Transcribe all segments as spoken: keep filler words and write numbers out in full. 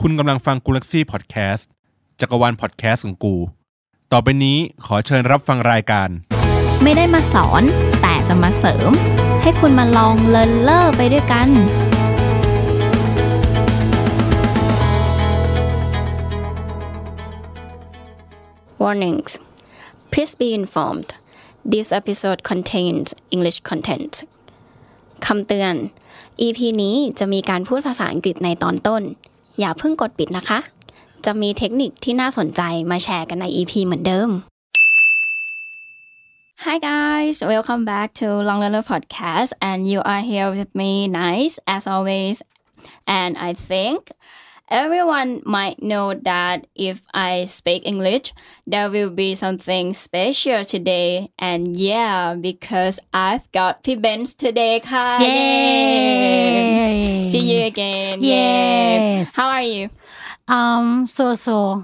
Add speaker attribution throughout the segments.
Speaker 1: คุณกำลังฟังกูลักซี่พอดแคสต์จักรวาลพอดแคสต์ของกูต่อไปนี้ขอเชิญรับฟังรายการ
Speaker 2: ไม่ได้มาสอนแต่จะมาเสริมให้คุณมาลองเลิร์นเล่อไปด้วยกัน Warnings. Please be informed. This episode contains English content. คำเตือน อี พี นี้จะมีการพูดภาษาอังกฤษในตอนต้นอย่าเพิ่งกดปิดนะคะจะมีเทคนิคที่น่าสนใจมาแชร์กันใน อี พี เหมือนเดิม Hi guys, welcome back to Long Learner Podcast and you are here with me, Nice, as always. And I think everyone might know that if I speak English, there will be something special today. And yeah, because I've got P Benz today, Kai.
Speaker 3: Yay!
Speaker 2: See you again.
Speaker 3: Yes.
Speaker 2: How are you?
Speaker 3: Um, so so.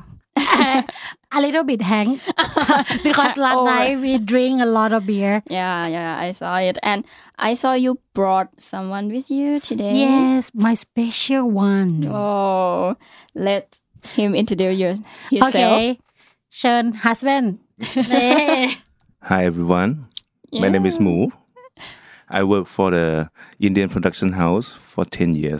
Speaker 3: A little bit hang because last
Speaker 2: oh.
Speaker 3: night we drink a lot of beer.
Speaker 2: Yeah, yeah, I saw it. And I saw you brought someone with you today.
Speaker 3: Yes, my special one.
Speaker 2: Oh, let him introduce you, himself.
Speaker 3: Okay, เชิญ husband.
Speaker 4: Hi everyone, yeah. My name is Mu. I work for the Indian production house for ten years.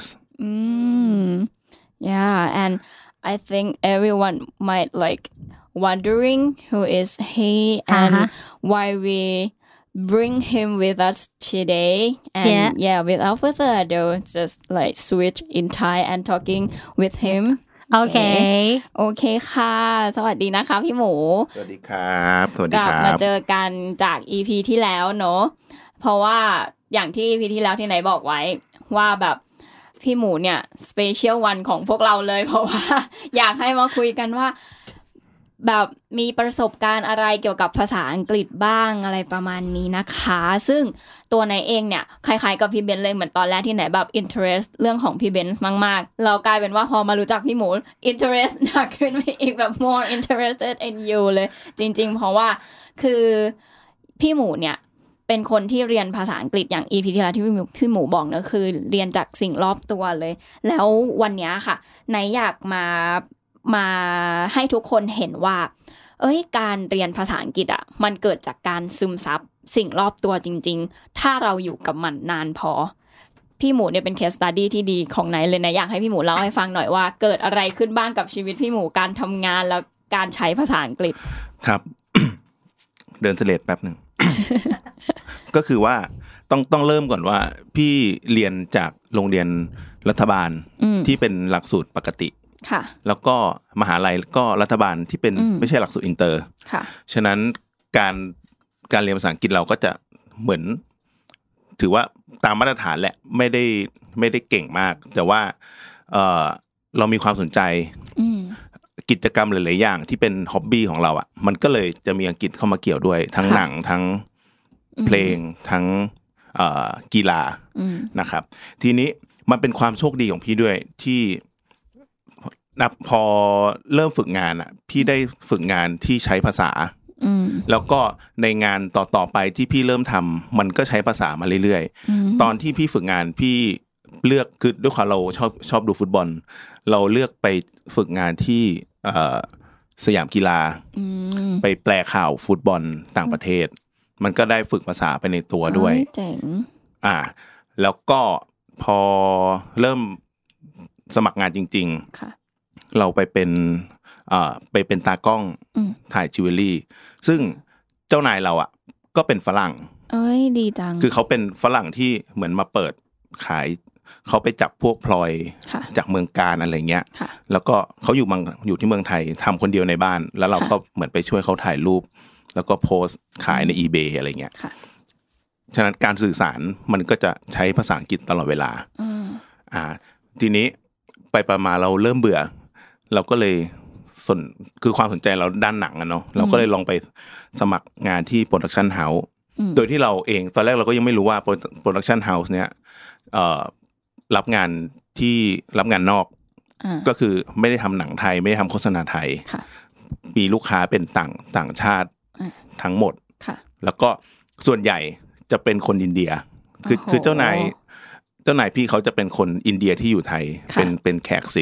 Speaker 2: Mm, yeah, and I think everyone might like wondering who is he and
Speaker 3: uh-huh.
Speaker 2: why we bring him with us today. And yeah, yeah without further ado, just like switch in Thai and talking with him.
Speaker 3: Okay.
Speaker 2: Okay ค่ะสวัสดีนะคะพี่หมู
Speaker 4: สวัสดีครับสวัสดีครับ
Speaker 2: กลับมาเจอกันจาก อี พี ที่แล้วเนอะเพราะว่าอย่างที่ อี พี ที่แล้วที่ไหนบอกไว้ว่าแบบพี่หมูเนี่ยสเปเชียลวันของพวกเราเลยเพราะว่าอยากให้มาคุยกันว่าแบบมีประสบการณ์อะไรเกี่ยวกับภาษาอังกฤษบ้างอะไรประมาณนี้นะคะซึ่งตัวไหนเองเนี่ยคล้ายๆกับพี่เบนเลยเหมือนตอนแรกที่ไหนแบบ interest เรื่องของพี่เบนซ์มากๆเรากลายเป็นว่าพอมารู้จักพี่หมู interest หนักขึ้นไปอีกแบบ more interested in you เลยจริงๆเพราะว่าคือพี่หมูเนี่ยเป็นคนที่เรียนภาษาอังกฤษอย่าง อี พี ที่แล้วที่พี่หมูพี่หมูบอกนะคือเรียนจากสิ่งรอบตัวเลยแล้ววันนี้ค่ะไหนอยากมามาให้ทุกคนเห็นว่าเอ้ยการเรียนภาษาอังกฤษอ่ะมันเกิดจากการซึมซับสิ่งรอบตัวจริงๆถ้าเราอยู่กับมันนานพอพี่หมูเนี่ยเป็น case study ที่ดีของไหนเลยนะอยากให้พี่หมูเล่าให้ฟังหน่อยว่าเกิดอะไรขึ้นบ้างกับชีวิตพี่หมูการทำงานแล้วการใช้ภาษาอังกฤษ
Speaker 4: ครับ เดินเสลดแป๊บนึง ก็คือว่าต้องต้องเริ่มก่อนว่าพี่เรียนจากโรงเรียนรัฐบาลที่เป็นหลักสูตรปกติ
Speaker 2: ค่ะ
Speaker 4: แล้วก็มหาลัยก็รัฐบาลที่เป็นไม่ใช่หลักสูตรอินเตอร์
Speaker 2: ค่ะ
Speaker 4: ฉะนั้นการการเรียนภาษาอังกฤษเราก็จะเหมือนถือว่าตามมาตรฐานแหละไม่ได้ไม่ได้เก่งมากแต่ว่าเออเรามีความสนใจกิจกรรมหลายๆอย่างที่เป็นฮ็อบบี้ของเราอ่ะมันก็เลยจะมีอังกฤษเข้ามาเกี่ยวด้วยทั้งหนังทั้งเพลงทั้งเอ่อกีฬานะครับทีนี้มันเป็นความโชคดีของพี่ด้วยที่นะพอเริ่มฝึกงานอ่ะพี่ได้ฝึกงานที่ใช้ภาษาแล้วก็ในงานต่อๆไปที่พี่เริ่มทำมันก็ใช้ภาษามาเรื่อยๆตอนที่พี่ฝึกงานพี่เลือกคือด้วยความเราชอบชอบดูฟุตบอลเราเลือกไปฝึกงานที่สยามกีฬาไปแปลข่าวฟุตบอลต่างประเทศมันก็ได้ฝึกภาษาไปในตัวด้วย
Speaker 2: เจ๋ง
Speaker 4: อ่าแล้วก็พอเริ่มสมัครงานจริงๆเราไปเป็นอ่าไปเป็นตากล้องถ่ายจิวเวลรี่ซึ่งเจ้านายเราอ่ะก็เป็นฝรั่ง
Speaker 2: เอ้ยดีจัง
Speaker 4: คือเขาเป็นฝรั่งที่เหมือนมาเปิดขายเขาไปจับพวกพลอยจากเมืองการอะไรเงี้ยแล้วก็เขาอยู่เมืองอยู่ที่เมืองไทยทำคนเดียวในบ้านแล้วเราก็เหมือนไปช่วยเขาถ่ายรูปแล้วก็โพสต์ขายใน eBay อะไรเงี้ยฉะนั้นการสื่อสารมันก็จะใช้ภาษาอังกฤษตลอดเวลาอ่าทีนี้ไปประมาณเราเริ่มเบื่อเราก็เลยสนคือความสนใจเราด้านหนังอะเนาะเราก็เลยลองไปสมัครงานที่โปรดักชันเฮาส์โดยที่เราเองตอนแรกเราก็ยังไม่รู้ว่าโปรดักชันเฮาส์เนี้ยเอ่อรับงานที่รับงานนอกก็คือไม่ได้ทำหนังไทยไม่ได้ทำโฆษณาไทยมีลูกค้าเป็นต่างต่างชาติทั้งหมดแล้วก็ส่วนใหญ่จะเป็นคนอินเดียคือคือเจ้านายเจ้านายพี่เขาจะเป็นคนอินเดียที่อยู่ไทยเป็นเป็นแขกซิก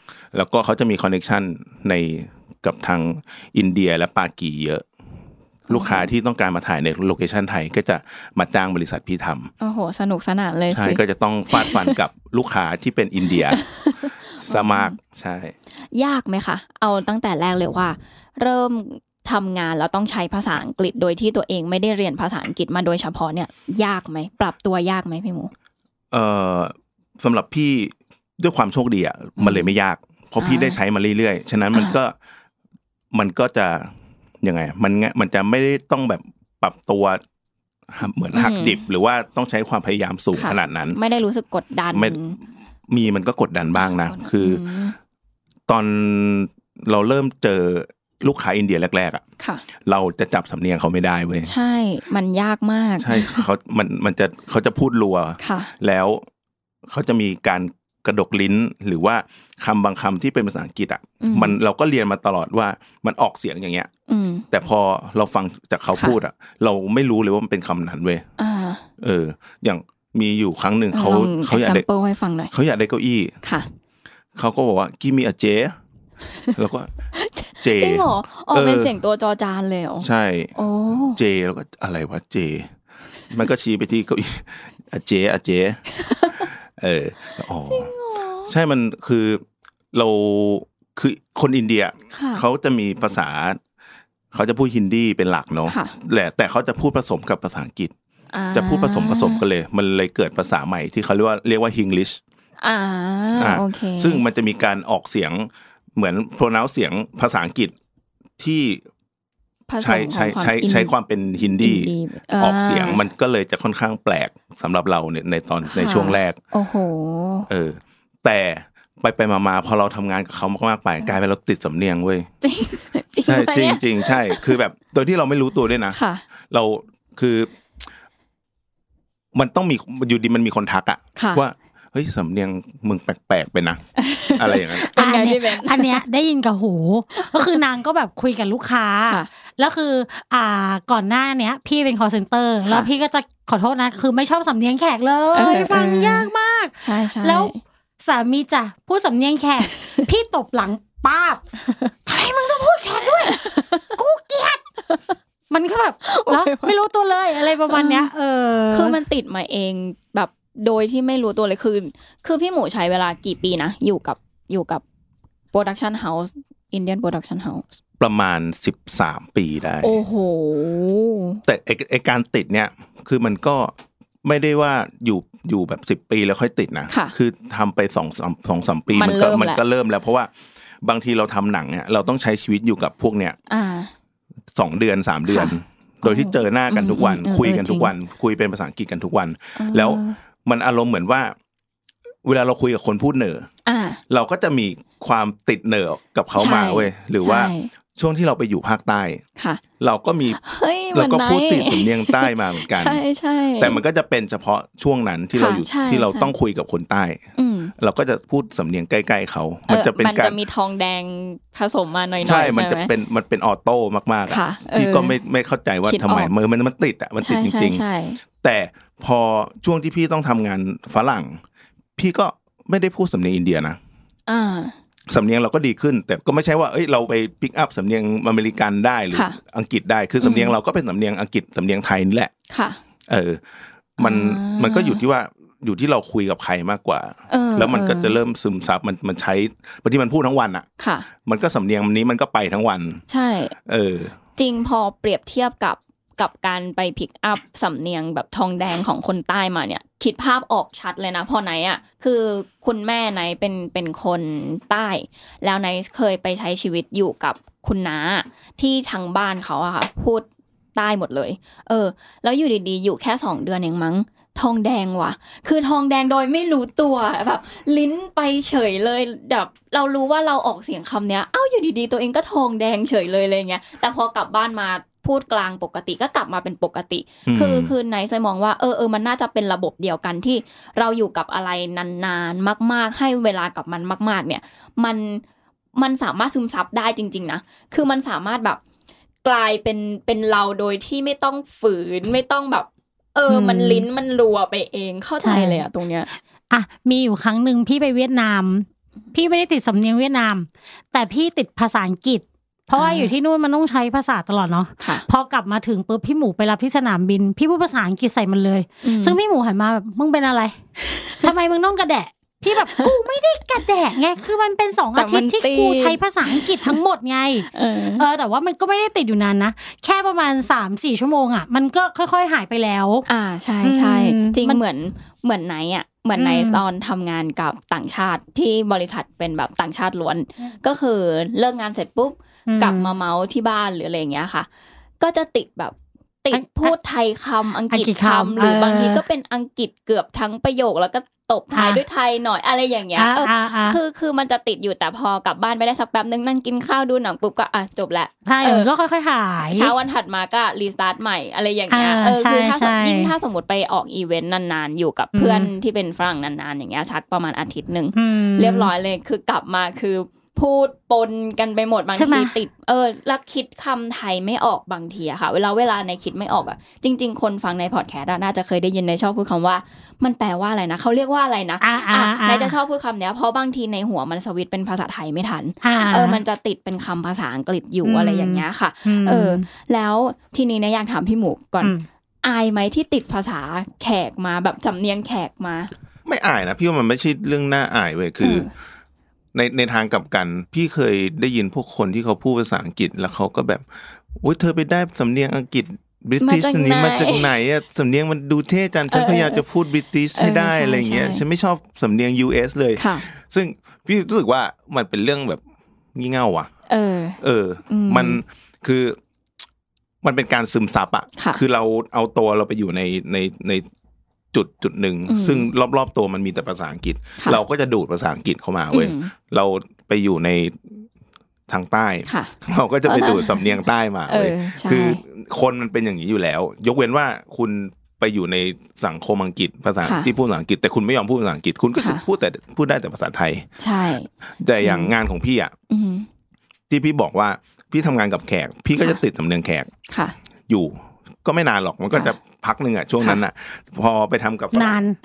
Speaker 4: แล้วก็เขาจะมีคอนเนคชั่นในกับทางอินเดียและปากีเยอะลูกค้าที่ต้องการมาถ่ายในโลเคชั่นไทยก็จะมาจ้างบริษัทพี่ทำ
Speaker 2: โอ้โหสนุกสนานเลย
Speaker 4: ใช่ก็จะต้องฟาดฟันกับลูกค้าที่เป็นอินเดียสมากใช่
Speaker 2: ยากไหมคะเอาตั้งแต่แรกเลยว่าเริ่มทำงานแล้วต้องใช้ภาษาอังกฤษโดยที่ตัวเองไม่ได้เรียนภาษาอังกฤษมาโดยเฉพาะเนี่ยยากไหมปรับตัวยากไหมพี่หมู
Speaker 4: เอ่อสำหรับพี่ด้วยความโชคดีอ่ะมันเลยไม่ยากเพราะพี่ได้ใช้มาเรื่อยๆฉะนั้นมันก็มันก็จะยังไงมันมันจะไม่ได้ต้องแบบปรับตัวเหมือนหักดิบหรือว่าต้องใช้ความพยายามสูงขนาดนั้น
Speaker 2: ไม่ได้รู้สึกกดดัน
Speaker 4: มีมันก็กดดันบ้างนะคือตอนเราเริ่มเจอลูกค้าอินเดียแรกๆอ่ะเราจะจับสำเนียงเขาไม่ได้เว้ย
Speaker 2: ใช่มันยากมาก
Speaker 4: ใช่เขามันมันจะเขาจะพูดรัวแล้วเขาจะมีการกระดกลิ้นหรือว่าคำบางคำที่เป็นภาษาอังกฤษอ่ะมันเราก็เรียนมาตลอดว่ามันออกเสียงอย่างเงี้ยแต่พอเราฟังจากเขาพูดอ่ะเราไม่รู้เลยว่ามันเป็นคำนั้นเว้ยเอออย่างมีอยู่ครั้งหนึ่งเขาเขาอยากได้เขาอยากได้เก้าอี้เขาก็บอกว่ากิมีอะเจแล้วก็เจ
Speaker 2: จริงเหรอออกเป็นเสียงตัวจอจานเลยเหรอ
Speaker 4: ใช่โอ้เจแล้วก็อะไรวะเจมันก็ชี้ไปที่เก้าอี้อะเจอะเจเอออ๋อใช่มันคือเราคือคนอินเดียเขาจะมีภาษาเขาจะพูดฮินดีเป็นหลักเนาะแหละแต่เขาจะพูดผสมกับภาษาอังกฤษจะพูดผสมผสมกันเลยมันเลยเกิดภาษาใหม่ที่เขาเรียกว่าเรียกว่า Hinglish
Speaker 2: อ่าโอเค
Speaker 4: ซึ่งมันจะมีการออกเสียงเหมือน pronounce เสียงภาษาอังกฤษที่ใช้ใช้ใช้ใช้ความเป็นฮินดีออกเสียงมันก็เลยจะค่อนข้างแปลกสำหรับเราเนี่ยในตอนในช่วงแรก
Speaker 2: โอ้โห
Speaker 4: เออแต่ไปไปมาๆพอเราทำงานกับเขามากๆไปกลายเป็นเราติดสำเนียงเว้ย
Speaker 2: จริง
Speaker 4: ใช่จริงจริงใช่คือแบบโดยที่เราไม่รู้ตัวด้วยนะเราคือมันต้องมีอยู่ดีมันมีคนทักอะว่าเฮ้ยสำเนียงมึงแปลกๆไปนะอะไรอย่างเงี้ย
Speaker 3: อันนี้อันเนี้ยได้ยินกับหูก็คือนางก็แบบคุยกับลูกค้าแล้วคืออ่าก่อนหน้าเนี้ยพี่เป็น call center แล้วพี่ก็จะขอโทษนะคือไม่ชอบสำเนียงแขกเลยฟังยากมาก
Speaker 2: ใช่ๆ
Speaker 3: แล้วสามีจ้ะพูดสำเนียงแขกพี่ตบหลังป้าบทำไมมึงต้องพูดแขกด้วยกูเกลียดมันก็แบบแล้วไม่รู้ตัวเลยอะไรประมาณเนี้ยเออ
Speaker 2: คือมันติดมาเองแบบโดยที่ไม่รู้ตัวเลยคือคือพี่หมูใช้เวลากี่ปีนะอยู่กับอยู่กับ production house Indian production house
Speaker 4: ประมาณสิบสามปีได้
Speaker 2: โอ้โห
Speaker 4: แต่ไอ้ไอ้การติดเนี่ยคือมันก็ไม่ได้ว่าอยู่อยู่แบบสิบปีแล้วค่อยติดนะคือทำไปสองสองสามปีมันก็มันก็เริ่มแล้วเพราะว่าบางทีเราทำหนังเนี่ยเราต้องใช้ชีวิตอยู่กับพวกเนี้ยสองเดือนสามเดือนโดยที่เจอหน้ากันทุกวันคุยกันทุกวันคุยเป็นภาษาอังกฤษกันทุกวันแล้วมันอารมณ์เหมือนว่าเวลาเราคุยกับคนพูดเหน่อเราก็จะมีความติดเหน่อกับเขามาเว้ยหรือว่าช่วงที่เราไปอยู่ภาคใต้เราก็มีเราก็พูดติดสำเนียงใต้มาเหมือนกันแต่มันก็จะเป็นเฉพาะช่วงนั้นที่เราอยู่ที่เราต้องคุยกับคนใต้เราก็จะพูดสำเนียงใกล้ๆเขามันจะเป็นการ
Speaker 2: มันจะมีทองแดงผสมมาหน่อยๆ
Speaker 4: ใช่มันจะเป็นมันเป็นออโต้มากๆที่ก็ไม่ไม่เข้าใจว่าทำไมมือมันมันติดอ่ะมันติดจริงๆแต่พอช่วงที่พี่ต้องทำงานฝรั่งพี่ก็ไม่ได้พูดสำเนียงอินเดียนะสำเนียงเราก็ดีขึ้นแต่ก็ไม่ใช่ว่าเอ้ยเราไปพิกอัพสำเนียงอเมริกันได้หรืออังกฤษได้คือสำเนียงเราก็เป็นสำเนียงอังกฤษสำเนียงไทยนี่แหละเออมันมันก็อยู่ที่ว่าอยู่ที่เราคุยกับใครมากกว่าแล้วมันก็จะเริ่มซึมซับมันมันใช้บางทีมันพูดทั้งวันอ่ะมันก็สำเนียงนี้มันก็ไปทั้งวัน
Speaker 2: ใช่
Speaker 4: เออ
Speaker 2: จริงพอเปรียบเทียบกับกับการไปพิกอัพสำเนียงแบบทองแดงของคนใต้มาเนี่ยคิดภาพออกชัดเลยนะพอไหนอ่ะคือคุณแม่ไหนเป็นเป็นคนใต้แล้วไหนเคยไปใช้ชีวิตอยู่กับคุณน้าที่ทางบ้านเขาอะค่ะพูดใต้หมดเลยเออแล้วอยู่ดีๆอยู่แค่สองเดือนเองมั้งทองแดงว่ะคือทองแดงโดยไม่รู้ตัวแบบลิ้นไปเฉยเลยแบบเรารู้ว่าเราออกเสียงคำเนี้ยเอ้าอยู่ดีๆตัวเองก็ทองแดงเฉยเลยอะไรเงี้ยแต่พอกลับบ้านมาพูดกลางปกติก็กลับมาเป็นปกติคือคือไนท์เคยมองว่าเออเออมันน่าจะเป็นระบบเดียวกันที่เราอยู่กับอะไรนานๆมากๆให้เวลากับมันมากๆเนี่ยมันมันสามารถซึมซับได้จริงๆนะคือมันสามารถแบบกลายเป็นเป็นเราโดยที่ไม่ต้องฝืนไม่ต้องแบบเออมันลิ้นมันรัวไปเองเข้าใจเลยอะตรงเนี้ย
Speaker 3: อ่ะมีอยู่ครั้งนึงพี่ไปเวียดนามพี่ไม่ได้ติดสำเนียงเวียดนามแต่พี่ติดภาษาอังกฤษเพราะว่าอยู่ที่นู่นมันต้องใช้ภาษาตลอดเนาะพอกลับมาถึงปุ๊บพี่หมูไปรับที่สนามบินพี่พูดภาษาอังกฤษใส่มันเลยซึ่งพี่หมูหันมาแบบมึงเป็นอะไรทำไมมึงต้องกระแดะพี่แบบกูไม่ได้กระแดะไงคือมันเป็นสองอาทิตย์ที่กูใช้ภาษาอังกฤษทั้งหมดไงเออเออแต่ว่ามันก็ไม่ได้ติดอยู่นานนะแค่ประมาณ สามถึงสี่ ชั่วโมงอ่ะมันก็ค่อยๆหายไปแล้ว
Speaker 2: อ่าใช่ๆจริงเหมือนเหมือนไหนอ่ะเหมือนในตอนทำงานกับต่างชาติที่บริษัทเป็นแบบต่างชาติล้วนก็คือเลิกงานเสร็จปุ๊บกลับมาเมาที่บ้านหรืออะไรอย่างเงี้ยค่ะก็จะติดแบบติดพูดไทยคำอังกฤษคำหรือบางทีก็เป็นอังกฤษเกือบทั้งประโยคแล้วก็ตบท้ายด้วยไทยหน่อยอะไรอย่างเงี้ยเออคือคือมันจะติดอยู่แต่พอกลับบ้านไปได้สักแป๊บนึงนั่งกินข้าวดูหนังปุ๊บก็อ่ะจบละ
Speaker 3: ใช่ก็ค่อยๆหาย
Speaker 2: เช้าวันถัดมาก็รีสตาร์ทใหม่อะไรอย่างเงี้ยเออคือถ้ายิ่งถ้าสมมติไปออกอีเวนต์นานๆอยู่กับเพื่อนที่เป็นฝรั่งนานๆอย่างเงี้ยสักประมาณอาทิตย์นึงเรียบร้อยเลยคือกลับมาคือพูดปนกันไปหมดบางทีติดเออแล้วคิดคำไทยไม่ออกบางทีอะค่ะเวลาเวลาในคิดไม่ออกอะจริงๆคนฟังในพอดแคสต์น่าจะเคยได้ยินในชอบพูดคำว่ามันแปลว่าอะไรนะเขาเรียกว่าอะไรนะอ่ะนายจะชอบพูดคำเนี้ยเพราะบางทีในหัวมันสวิตช์เป็นภาษาไทยไม่ทันเออมันจะติดเป็นคำภาษาอังกฤษอยู่อะไรอย่างเงี้ยค่ะเออแล้วทีนี้เนี่ยอยากถามพี่หมูก่อนอายไหมที่ติดภาษาแขกมาแบบสำเนียงแขกมา
Speaker 4: ไม่อายนะพี่ว่ามันไม่ใช่เรื่องน่าอายเว้ยคือในในทางกลับกันพี่เคยได้ยินพวกคนที่เขาพูดภาษาอังกฤษแล้วเขาก็แบบโอ๊ยเธอไปได้สำเนียงอังกฤษบริติชนี่มาจากไหนอ่ะสำเนียงมันดูเท่จังฉันพยายามจะพูดบริติชให้ได้อะไรเงี้ยฉันไม่ชอบสำเนียง ยู เอส เลยซึ่งพี่รู้สึกว่ามันเป็นเรื่องแบบงี่เง่าว่ะเออเออมันคือมันเป็นการซึมซับอ่ะคือเราเอาตัวเราไปอยู่ในในในจุดจุดหนึ่งซึ่งรอบๆตัวมันมีแต่ภาษาอังกฤษเราก็จะดูดภาษาอังกฤษเข้ามาเว้ยเราไปอยู่ในทางใต้เราก็จะไปดูดสำเนียงใต้มาเว้ยคือคนมันเป็นอย่างนี้อยู่แล้วยกเว้นว่าคุณไปอยู่ในสังคมอังกฤษภาษาที่พูดภาษาอังกฤษแต่คุณไม่ยอมพูดภาษาอังกฤษคุณก็จะพูดแต่พูดได้แต่ภาษาไทยใช่แต่อย่างงานของพี่อ่ะที่พี่บอกว่าพี่ทำงานกับแขกพี่ก็จะติดสำเนียงแขกอยู่ก็ไม่นานหรอกมันก็จะพักหนึ่งอ่ะช่วงนั้นอ่ะพอไปทำกับ
Speaker 3: นาน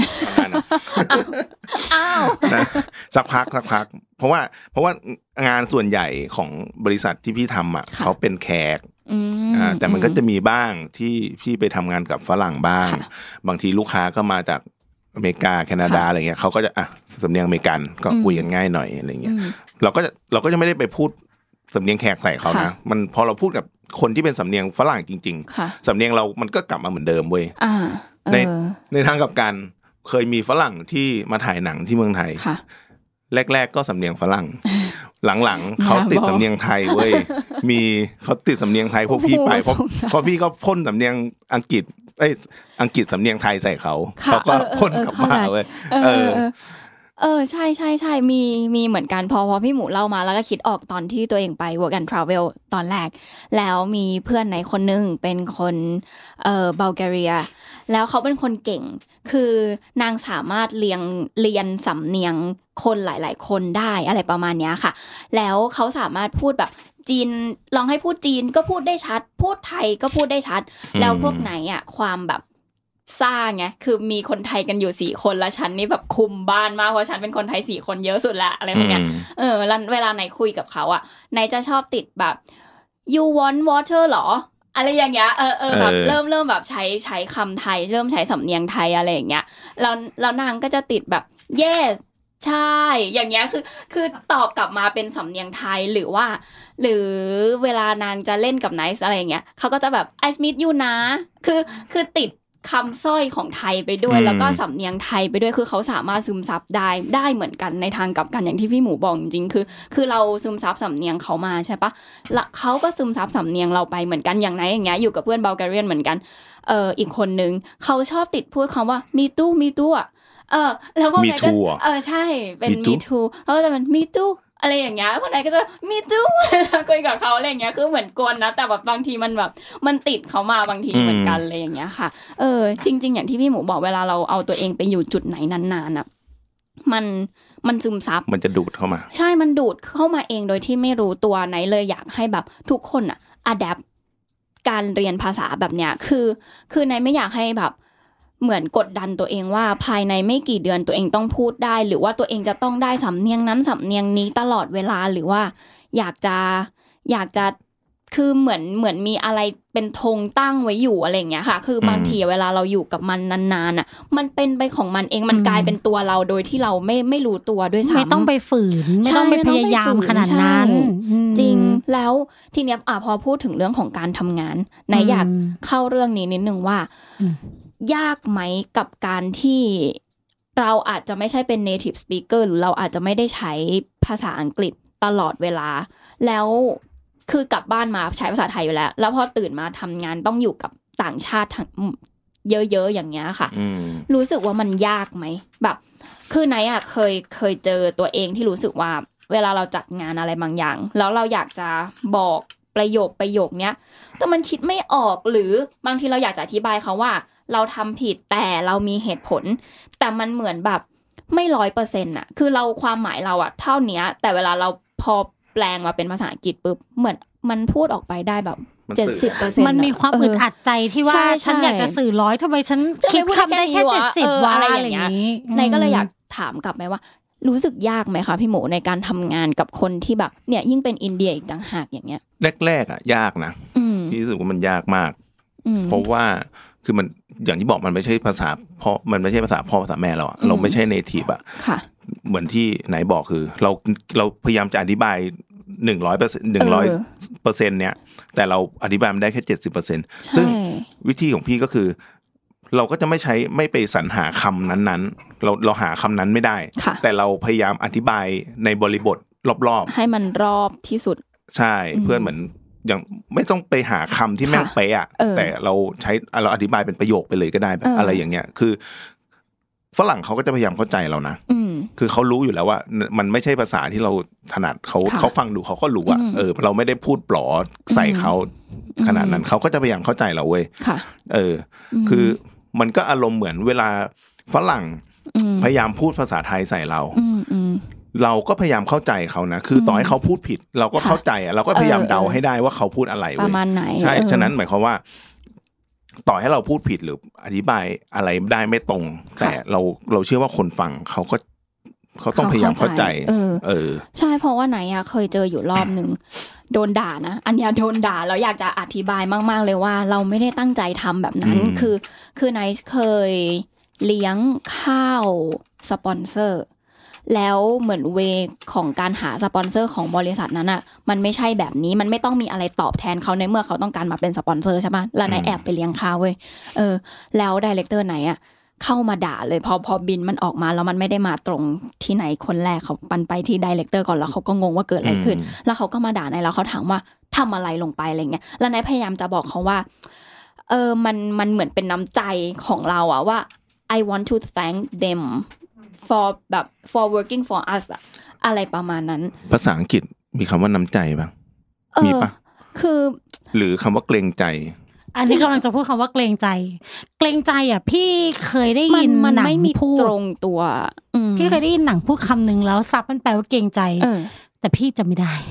Speaker 2: อ้าว
Speaker 4: สักพักสักพักเพราะว่าเพราะว่างานส่วนใหญ่ของบริษัทที่พี่ทำอ่ะเขาเป็นแขกอ่าแต่มันก็จะมีบ้างที่พี่ไปทำงานกับฝรั่งบ้างบางทีลูกค้าก็มาจากอเมริกาแคนาดาอะไรเงี้ยเขาก็จะอ่ะสำเนียงอเมริกันก็คุยกันง่ายหน่อยอะไรเงี้ยเราก็จะเราก็จะไม่ได้ไปพูดสำเนียงแขกใส่เขานะมันพอเราพูดกับคนที่เป็นสำเนียงฝรั่งจริงๆสำเนียงเรามันก็กลับมาเหมือนเดิมเว้ยในในทางกับการเคยมีฝรั่งที่มาถ่ายหนังที่เมืองไทยแรกๆก็สำเนียงฝรั่งหลังๆเขาติดสำเนียงไทยเว้ยมีเขาติดสำเนียงไทยพวกพี่ไปเพราะเพราะพี่ก็พ่นสำเนียงอังกฤษเอ้ยอังกฤษสำเนียงไทยใส่เขาเขาก็พ่นกลับมาเว้ยเออ
Speaker 2: เออใช่ใช่ใช่มีมีเหมือนกันพอพอพี่หมูเล่ามาแล้วก็คิดออกตอนที่ตัวเองไป work and travel ตอนแรกแล้วมีเพื่อนไหนคนนึงเป็นคนเอ่อบัลแกเรียแล้วเขาเป็นคนเก่งคือนางสามารถเรียงเรียนสำเนียงคนหลายๆคนได้อะไรประมาณนี้ค่ะแล้วเขาสามารถพูดแบบจีนลองให้พูดจีนก็พูดได้ชัดพูดไทยก็พูดได้ชัดแล้วพวกไหนอ่ะความแบบซ่าไงคือมีคนไทยกันอยู่สี่คนแล้วฉันนี่แบบคุมบ้านมากเพราะฉันเป็นคนไทยสี่คนเยอะสุดละอะไรพวกเนี้ยเออเวลาไหนคุยกับเขาอ่ะไหนจะชอบติดแบบ you want water หรออะไรอย่างเงี้ยเออเออแบบเริ่มเริ่มแบบใช้ใช้คำไทยเริ่มใช้สำเนียงไทยอะไรอย่างเงี้ยแล้วแล้วนางก็จะติดแบบ yes ใช่อย่างเงี้ยคือคือตอบกลับมาเป็นสำเนียงไทยหรือว่าหรือเวลานางจะเล่นกับไนซ์อะไรอย่างเงี้ยเขาก็จะแบบ I meet you นะคือคือติดคำสร้อยของไทยไปด้วยแล้วก็สำเนียงไทยไปด้วยคือเขาสามารถซึมซับได้ได้เหมือนกันในทางกลับกันอย่างที่พี่หมูบอกจริงๆคือคือเราซึมซับสำเนียงเขามาใช่ปะแล้วเขาก็ซึมซับสำเนียงเราไปเหมือนกันอย่างไหนอย่างเงี้ยอยู่กับเพื่อนบัลแกเรียนเหมือนกันเอ่ออีกคนนึงเขาชอบติดพูดคำว่ามีตู้มีตู้อ่ะเออแล้วพวกนั้นก็เออใช่เป็นมีตู้เขาก็จะเป็นมีตู้อะไรอย่างเงี้ยคนไหนก็จะมีตู้คุยกับเขาอะไรอย่างเงี้ยคือเหมือนกวนนะแต่แบบบางทีมันแบบมันติดเขามาบางทีเหมือนกันอะไรอย่างเงี้ยค่ะเออจริงๆอย่างที่พี่หมูบอกเวลาเราเอาตัวเองไปอยู่จุดไหนนานๆอ่ะมันมันซึมซับ
Speaker 4: มันจะดูดเข้ามา
Speaker 2: ใช่มันดูดเข้ามาเองโดยที่ไม่รู้ตัวไหนเลยอยากให้แบบทุกคนอ่ะอะแดปการเรียนภาษาแบบเนี้ยคือคือไหนไม่อยากให้แบบเหมือนกดดันตัวเองว่าภายในไม่กี่เดือนตัวเองต้องพูดได้หรือว่าตัวเองจะต้องได้สำเนียงนั้นสำเนียงนี้ตลอดเวลาหรือว่าอยากจะอยากจะคือเหมือนเหมือนมีอะไรเป็นธงตั้งไว้อยู่อะไรอย่างเงี้ยค่ะคือบางทีเวลาเราอยู่กับมันนานๆน่ะมันเป็นไปของมันเองมันกลายเป็นตัวเราโดยที่เราไม่ไม่รู้ตัวด้วยซ้ำ
Speaker 3: ไม่ต้องไปฝืนไม่ต้องไปพยายามขนาดนั้น
Speaker 2: จริงแล้วทีเนี้ยอ่ะพอพูดถึงเรื่องของการทำงานไหนอยากเข้าเรื่องนี้นิดนึงว่ายากไหมกับการที่เราอาจจะไม่ใช่เป็น native speaker หรือเราอาจจะไม่ได้ใช้ภาษาอังกฤษตลอดเวลาแล้วคือกลับบ้านมาใช้ภาษาไทยอยู่แล้วแล้วพอตื่นมาทำงานต้องอยู่กับต่างชาติเยอะๆอย่างเงี้ยค่ะรู้สึกว่ามันยากไหมแบบคือไหนอ่ะเคยเคยเจอตัวเองที่รู้สึกว่าเวลาเราจัดงานอะไรบางอย่างแล้วเราอยากจะบอกประโยคประโยคเนี้ยแต่มันคิดไม่ออกหรือบางทีเราอยากจะอธิบายเขาว่าเราทำผิดแต่เรามีเหตุผลแต่มันเหมือนแบบไม่ร้อยเปอร์เซ็นต์อ่ะคือเราความหมายเราอ่ะเท่านี้แต่เวลาเราพอแปลงมาเป็นภาษาอังกฤษปุ๊บเหมือนมันพูดออกไปได้แบบ เจ็ดสิบเปอร์เซ็นต์
Speaker 3: มันมีความอึดอัดใจที่ว่าฉันอยากจะสื่อร้อยทำไมฉันคิดคำได้แค่เจ็ดสิบว่าอะไรอย่างนี้
Speaker 2: ในก็เลยอยากถามกลับไหมว่ารู้สึกยากไหมคะพี่หมูในการทำงานกับคนที่แบบเนี่ยยิ่งเป็นอินเดียอีกต่างหากอย่างเงี้ย
Speaker 4: แรกๆอ่ะยากนะพี่รู้สึกว่ามันยากมากเพราะว่าคือมันอย่างที่บอกมันไม่ใช่ภาษาเพราะมันไม่ใช่ภาษาพ่อภาษาแม่เราอ่ะเราไม่ใช่เนทีฟอ่ะเหมือนที่ไหนบอกคือเราเราพยายามจะอธิบายหนึ่งร้อยเปอร์เซ็นต์หนึ่งร้อยเปอร์เซ็นต์เนี่ยแต่เราอธิบายมันได้แค่เจ็ดสิบเปอร์เซ็นต์ซึ่งวิธีของพี่ก็คือเราก็จะไม่ใช้ไม่ไปสรรหาคำนั้นๆเราเราหาคำนั้นไม่ได้แต่เราพยายามอธิบายในบริบทรอบ
Speaker 2: ๆให้มันรอบที่สุด
Speaker 4: ใช่เพื่อเหมือนอย่างไม่ต้องไปหาคำที่แม่งเป๊ะแต่เราใช้เราอธิบายเป็นประโยคไปเลยก็ได้แบบอะไรอย่างเงี้ยคือฝรั่งเขาก็จะพยายามเข้าใจเรานะคือเขารู้อยู่แล้วว่ามันไม่ใช่ภาษาที่เราถนัดเขาเขาฟังดูเขาก็รู้อะเออเราไม่ได้พูดปลอใส่เขาขนาดนั้นเขาก็จะพยายามเข้าใจเราเว้ยเออคือมันก็อารมณ์เหมือนเวลาฝรั่งพยายามพูดภาษาไทยใส่เราเราก็พยายามเข้าใจเขานะคือต่อให้เขาพูดผิดเราก็เข้าใจอะเราก็พยายามเดาให้ได้ว่าเขาพูดอะไรเว้ย
Speaker 2: ประมาณไหน
Speaker 4: ใช่ฉะนั้นหมายความว่าต่อให้เราพูดผิดหรืออธิบายอะไรได้ไม่ตรงแต่เราเราเชื่อว่าคนฟังเขาก็เขาต้องพยายามเข้าใจเออเออ
Speaker 2: ใช่เพราะว่าไหนอะเคยเจออยู่รอบนึงโดนด่านะอันเนี้ยโดนด่าแล้วอยากจะอธิบายมากๆเลยว่าเราไม่ได้ตั้งใจทำแบบนั้นคือคือไนซ์เคยเลี้ยงข้าวสปอนเซอร์แล้วเหมือนเวของการหาสปอนเซอร์ของบริษัทนั้นอ่ะมันไม่ใช่แบบนี้มันไม่ต้องมีอะไรตอบแทนเขาในเมื่อเขาต้องการมาเป็นสปอนเซอร์ใช่ป่ะแล้วนายแอบไปเลี้ยงข้าวเว้ยเออแล้วไดเรคเตอร์ไหนอ่ะเข้ามาด่าเลยพอพอบินมันออกมาแล้วมันไม่ได้มาตรงที่ไหนคนแรกเขาปันไปที่ไดเรคเตอร์ก่อนแล้วเขาก็งงว่าเกิดอะไรขึ้นแล้วเขาก็มาด่านายแล้วเขาถามว่าทำอะไรลงไปอะไรเงี้ยแล้วนายพยายามจะบอกเขาว่าเออมันมันเหมือนเป็นน้ำใจของเราอ่ะว่า I want to thank them for แบบ for working for us อะอะไรประมาณนั้น
Speaker 4: ภาษาอังกฤษมีคำว่าน้ำใจป่ะมีป่ะ
Speaker 2: คือ
Speaker 4: หรือคำว่าเกรงใจ
Speaker 3: อันนี้กำลังจะพูดคำว่าเกรงใจเกรงใจอ่ะพี่เคยได้ยินหนังพูด
Speaker 2: ตรงตัว
Speaker 3: พี่เคยได้ยินหนังพูดคำนึงแล้วซับมันแปลว่าเกรงใจแต่พี่จะไม่ได้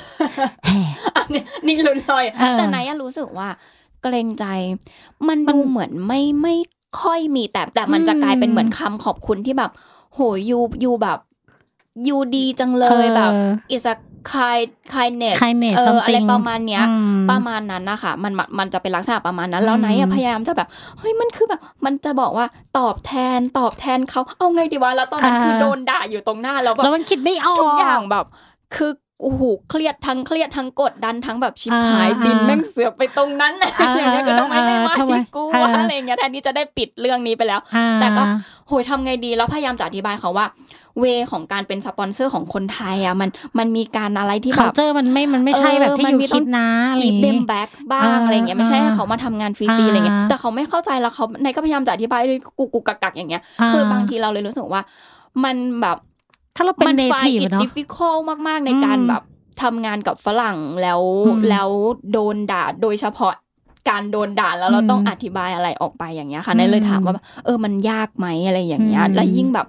Speaker 2: นี่ลุ้นเลยแต่ไหนรู้สึกว่าเกรงใจมันดูเหมือนไม่ไม่ค่อยมีแต่แต่มันจะกลายเป็นเหมือนคำขอบคุณที่แบบโหยูยูแบบยูดีจังเลยแบบ is a kind kindness เอออะไรประมาณเนี้ยประมาณนั้นนะคะมันมันจะเป็นลักษณะประมาณนั้นแล้วไหนอะพยายามจะแบบเฮ้ยมันคือแบบมันจะบอกว่าตอบแทนตอบแทนเขาเอาไงดีวะแล้วตอนนั้นคือโดนด่าอยู่ตรงหน้าแล้วแบบ
Speaker 3: แล้วมันคิดไม่ออก
Speaker 2: ทุกอย่างแบบคือโอ้โหเครียดทั้งเครียดทั้งกดดันทั้งแบบชิบหายบินแม่งเสือกไปตรงนั้นอะไรอย่างเงี้ยก็ต้องไม่ไม่ว่าที่กูอะไรอย่างเงี้ยแทนที่จะได้ปิดเรื่องนี้ไปแล้วแต่ก็โหยทำไงดีแล้วพยายามจะอธิบายเขาว่าเวของการเป็นสปอนเซอร์ของคนไทยอ่ะมันมันมีการอะไรที่แบบ
Speaker 3: เขาเจอมันไม่มันไม่ใช่แบบที่อยู่คิดนะ
Speaker 2: กีบเดมแบ็กบ้างอะไรอย่างเงี้ยไม่ใช่ให้เขามาทำงานฟรีๆอะไรเงี้ยแต่เขาไม่เข้าใจแล้วเขาในก็พยายามจะอธิบายกูกูกักๆอย่างเงี้ยคือบางทีเราเลยรู้สึกว่ามันแบบ
Speaker 3: ถ้าเราเป็นเนทีฟเนาะ
Speaker 2: difficult มากๆในการแบบทำงานกับฝรั่งแล้วแล้วโดนด่าโดยเฉพาะการโดนด่าแล้วเราต้องอธิบายอะไรออกไปอย่างเงี้ยค่ะนั่นเลยถามว่าเออมันยากไหมอะไรอย่างเงี้ยแล้วยิ่งแบบ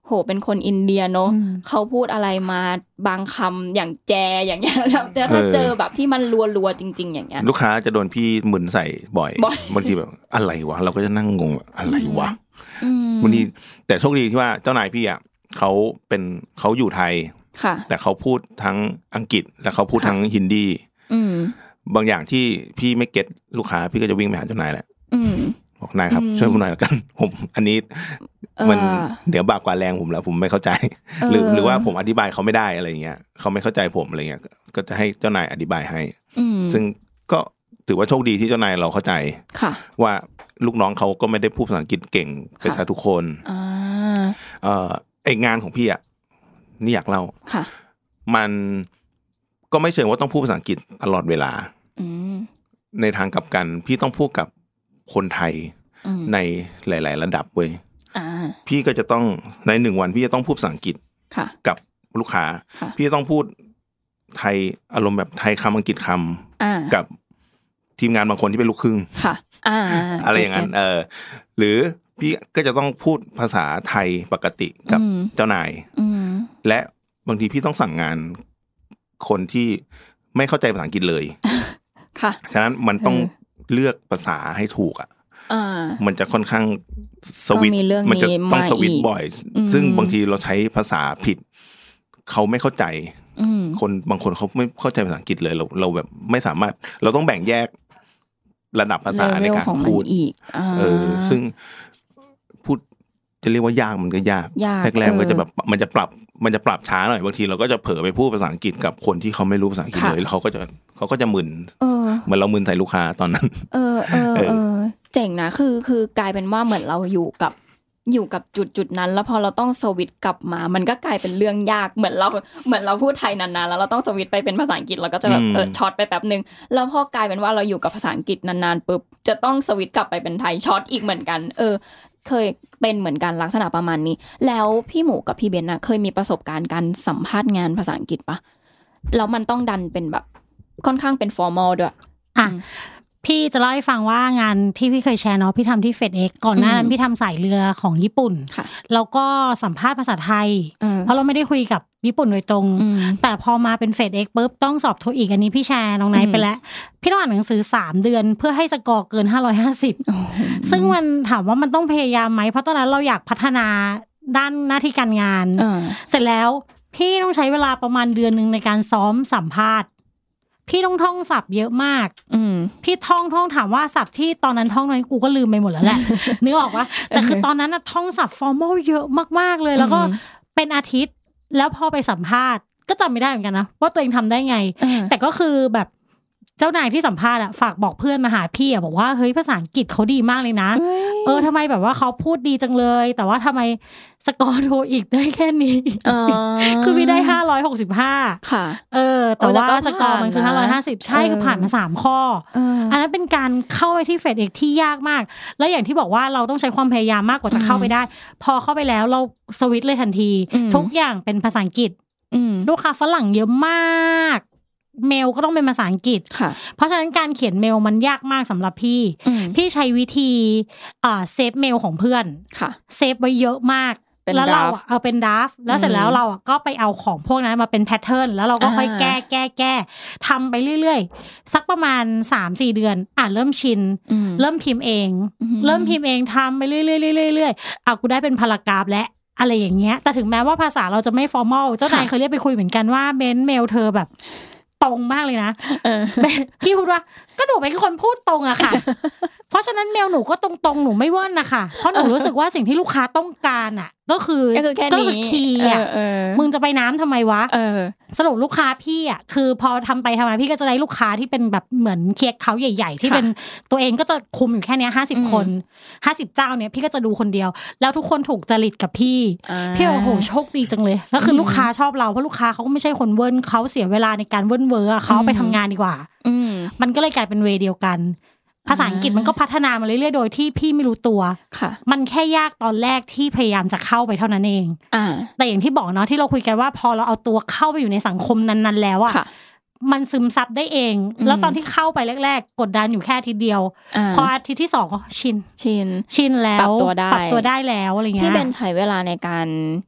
Speaker 2: โหเป็นคนอินเดียเนอะเขาพูดอะไรมาบางคำอย่างแจอย่างเงี้ยแล้วถ้าเจอแบบที่มันรัวๆจริงๆอย่างเงี้ย
Speaker 4: ลูกค้าจะโดนพี่หมึนใส่บ่อยบางทีแบบอะไรวะเราก็จะนั่งงงอะไรวะบางทีแต่โชคดีที่ว่าเจ้านายพี่อ่ะเขาเป็นเขาอยู่ไทยแต่เขาพูดทั้งอังกฤษและเขาพูดทั้งฮินดีบางอย่างที่พี่ไม่เก็ตลูกค้าพี่ก็จะวิ่งไปหาเจ้านายแหละบอกนายครับช่วยผมหน่อยละกันผมอันนี้มันเดี๋ยวบากกว่าแรงผมแล้วผมไม่เข้าใจหรือหรือว่าผมอธิบายเขาไม่ได้อะไรเงี้ยเขาไม่เข้าใจผมอะไรเงี้ยก็จะให้เจ้านายอธิบายให้ซึ่งก็ถือว่าโชคดีที่เจ้านายเราเข้าใจว่าลูกน้องเขาก็ไม่ได้พูดภาษาอังกฤษเก่งเป็นซะทุกคนเอ่อไองานของพี่อ่ะนี่อยากเล่ามันก็ไม่เชิงว่าต้องพูดภาษาอังกฤษตลอดเวลาในทางกลับกันพี่ต้องพูดกับคนไทยในหลายๆระดับเว้ยพี่ก็จะต้องในหนึ่งวันพี่จะต้องพูดภาษาอังกฤษกับลูกค้าพี่จะต้องพูดไทยอารมณ์แบบไทยคำอังกฤษคำกับทีมงานบางคนที่เป็นลูกครึ่งอะไรอย่างนั้นเออหรือพี่ก็จะต้องพูดภาษาไทยปกติกับเจ้านายและบางทีพี่ต้องสั่งงานคนที่ไม่เข้าใจภาษาอังกฤษเลยค่ะฉะนั้นมันต้องเลือกภาษาให้ถูกอ่ะมันจะค่อนข้างสวิตมันจะต้องสวิตบ่อยซึ่งบางทีเราใช้ภาษาผิดเขาไม่เข้าใจคนบางคนเขาไม่เข้าใจภาษาอังกฤษเลยเราเราแบบไม่สามารถเราต้องแบ่งแยกระดับภาษาในการพูดอีกเออซึ่งพูดจะเรียกว่ายากมันก็ยากแรกๆมันก็จะแบบมันจะปรับมันจะปรับช้าหน่อยบางทีเราก็จะเผลอไปพูดภาษาอังกฤษกับคนที่เขาไม่รู้ภาษาอังกฤษเลยแล้วเขาก็จะเขาก็จะมึนเหมือนเรามึนใส่ลูกค้าตอนนั้น
Speaker 2: เออเออเออเจ๋งนะคือคือกลายเป็นว่าเหมือนเราอยู่กับอยู่กับจุดจุดนั้นแล้วพอเราต้องสวิตช์กลับมามันก็กลายเป็นเรื่องยากเหมือนเราเหมือนเราพูดไทยนานๆแล้วเราต้องสวิตช์ไปเป็นภาษาอังกฤษเราก็จะแบบเออช็อตไปแป๊บนึงแล้วพอกลายเป็นว่าเราอยู่กับภาษาอังกฤษนานๆปุ๊บจะต้องสวิตช์กลับไปเป็นไทยช็อตอีกเหมือนกันเออเคยเป็นเหมือนกันลักษณะประมาณนี้แล้วพี่หมูกับพี่เบนน่ะเคยมีประสบการณ์การสัมภาษณ์งานภาษาอังกฤษปะแล้วมันต้องดันเป็นแบบค่อนข้างเป็นฟอร์มอลด้วย
Speaker 3: อ่ะพี่จะเล่าให้ฟังว่างานที่พี่เคยแชร์เนาะพี่ทำที่ FedEx ก่อนหน้านั้นพี่ทำสายเรือของญี่ปุ่นแล้วก็สัมภาษณ์ภาษาไทยเพราะเราไม่ได้คุยกับญี่ปุ่นโดยตรงแต่พอมาเป็น FedEx ปุ๊บต้องสอบโทอีกอันนี้พี่แชร์น้องไนท์ไปแล้วพี่ต้องอ่านหนังสือสามเดือนเพื่อให้สกอร์เกินห้าร้อยห้าสิบซึ่งมันถามว่ามันต้องพยายามไหมเพราะตอนนั้นเราอยากพัฒนาด้านหน้าที่การงานเสร็จแล้วพี่ต้องใช้เวลาประมาณเดือนนึงในการซ้อมสัมภาษณ์พี่ต้องท่องศัพท์เยอะมากพี่ท่องท่องถามว่าศัพท์ที่ตอนนั้นท่องนั้นกูก็ลืมไปหมดแล้วแหละนึกออกปะแต่คือตอนนั้นน่ะท่องศัพท์ฟอร์มอลเยอะมากๆเลยแล้วก็เป็นอาทิตย์แล้วพอไปสัมภาษณ์ก็จำไม่ได้เหมือนกันนะว่าตัวเองทำได้ไงแต่ก็คือแบบเจ้านายที่สัมภาษณ์อ่ะฝากบอกเพื่อนมาหาพี่อ่ะบอกว่าเฮ้ยภาษาอังกฤษเขาดีมากเลยนะเออทำไมแบบว่าเขาพูดดีจังเลยแต่ว่าทำไมสกอร์โทอีกได้แค่นี้คือพี่ได้ห้าร้อยหกสิบห้าค่ะเออแต่ว่าสกอร์มันคือห้าร้อยห้าสิบใช่คือผ่านมาสามข้ออันนั้นเป็นการเข้าไปที่ FedEx ที่ยากมากแล้วอย่างที่บอกว่าเราต้องใช้ความพยายามมากกว่าจะเข้าไปได้พอเข้าไปแล้วเราสวิตช์เลยทันทีทุกอย่างเป็นภาษาอังกฤษลูกค้าฝรั่งเยอะมากเมลก็ต้องเป็นภาษาอังกฤษเพราะฉะนั้นการเขียนเมลมันยากมากสำหรับพี่พี่ใช้วิธีอ่าเซฟเมลของเพื่อนเซฟไว้เยอะมากแล้วเราเอาเป็นดราฟแล้วเสร็จแล้วเราก็ไปเอาของพวกนั้นมาเป็นแพทเทิร์นแล้วเราก็ค่อยแก้แก้แก้ทำไปเรื่อยๆสักประมาณ สามสี่ เดือนอ่ะเริ่มชินเริ่มพิมพ์เองเริ่มพิมพ์เองทำไปเรื่อยๆเรื่อยๆอ่ะกูได้เป็นพารากราฟและอะไรอย่างเงี้ยแต่ถึงแม้ว่าภาษาเราจะไม่ฟอร์มอลเจ้านายเคยเรียกไปคุยเหมือนกันว่าเมนเมลเธอแบบตรงมากเลยนะพี่พูดว่าก็หนูเป็นคนพูดตรงอะค่ะเพราะฉะนั้นเมลหนูก็ตรงๆหนูไม่เว่นนะคะเพราะหนูรู้สึกว่าสิ่งที่ลูกค้าต้องการอะก็คือก็คือคีย์อะมึงจะไปน้ำทำไมวะสรุปลูกค้าพี่อะคือพอทำไปทำมาพี่ก็จะได้ลูกค้าที่เป็นแบบเหมือนเคียร์เขาใหญ่ๆที่เป็นตัวเองก็จะคุมอยู่แค่นี้ห้าสิบคนห้าสิบเจ้าเนี่ยพี่ก็จะดูคนเดียวแล้วทุกคนถูกจริตกับพี่พี่โอ้โหโชคดีจังเลยแล้วคือลูกค้าชอบเราเพราะลูกค้าเขาก็ไม่ใช่คนเวิร์นเขาเสียเวลาในการเวิร์นเวอร์เขาไปทำงานดีกว่ามันก็เลยกลายเป็นเวย์เดียวกันภาษาอังกฤษมันก็พัฒนามาเรื่อยๆโดยที่พี่ไม่รู้ตัวมันแค่ยากตอนแรกที่พยายามจะเข้าไปเท่านั้นเองแต่อย่างที่บอกเนาะที่เราคุยกันว่าพอเราเอาตัวเข้าไปอยู่ในสังคมนั้นๆแล้วอะมันซึมซับได้เองแล้วตอนที่เข้าไปแรกๆกดดันอยู่แค่อาทิตย์เดียวพออาทิตย์ที่สองก็ชิน
Speaker 2: ชิน
Speaker 3: ชินแล้ว
Speaker 2: ปรับตัวได้
Speaker 3: ปรับตัวได้แล้วอะไรเงี้ย
Speaker 2: พี่เบนใช้เวลาในการ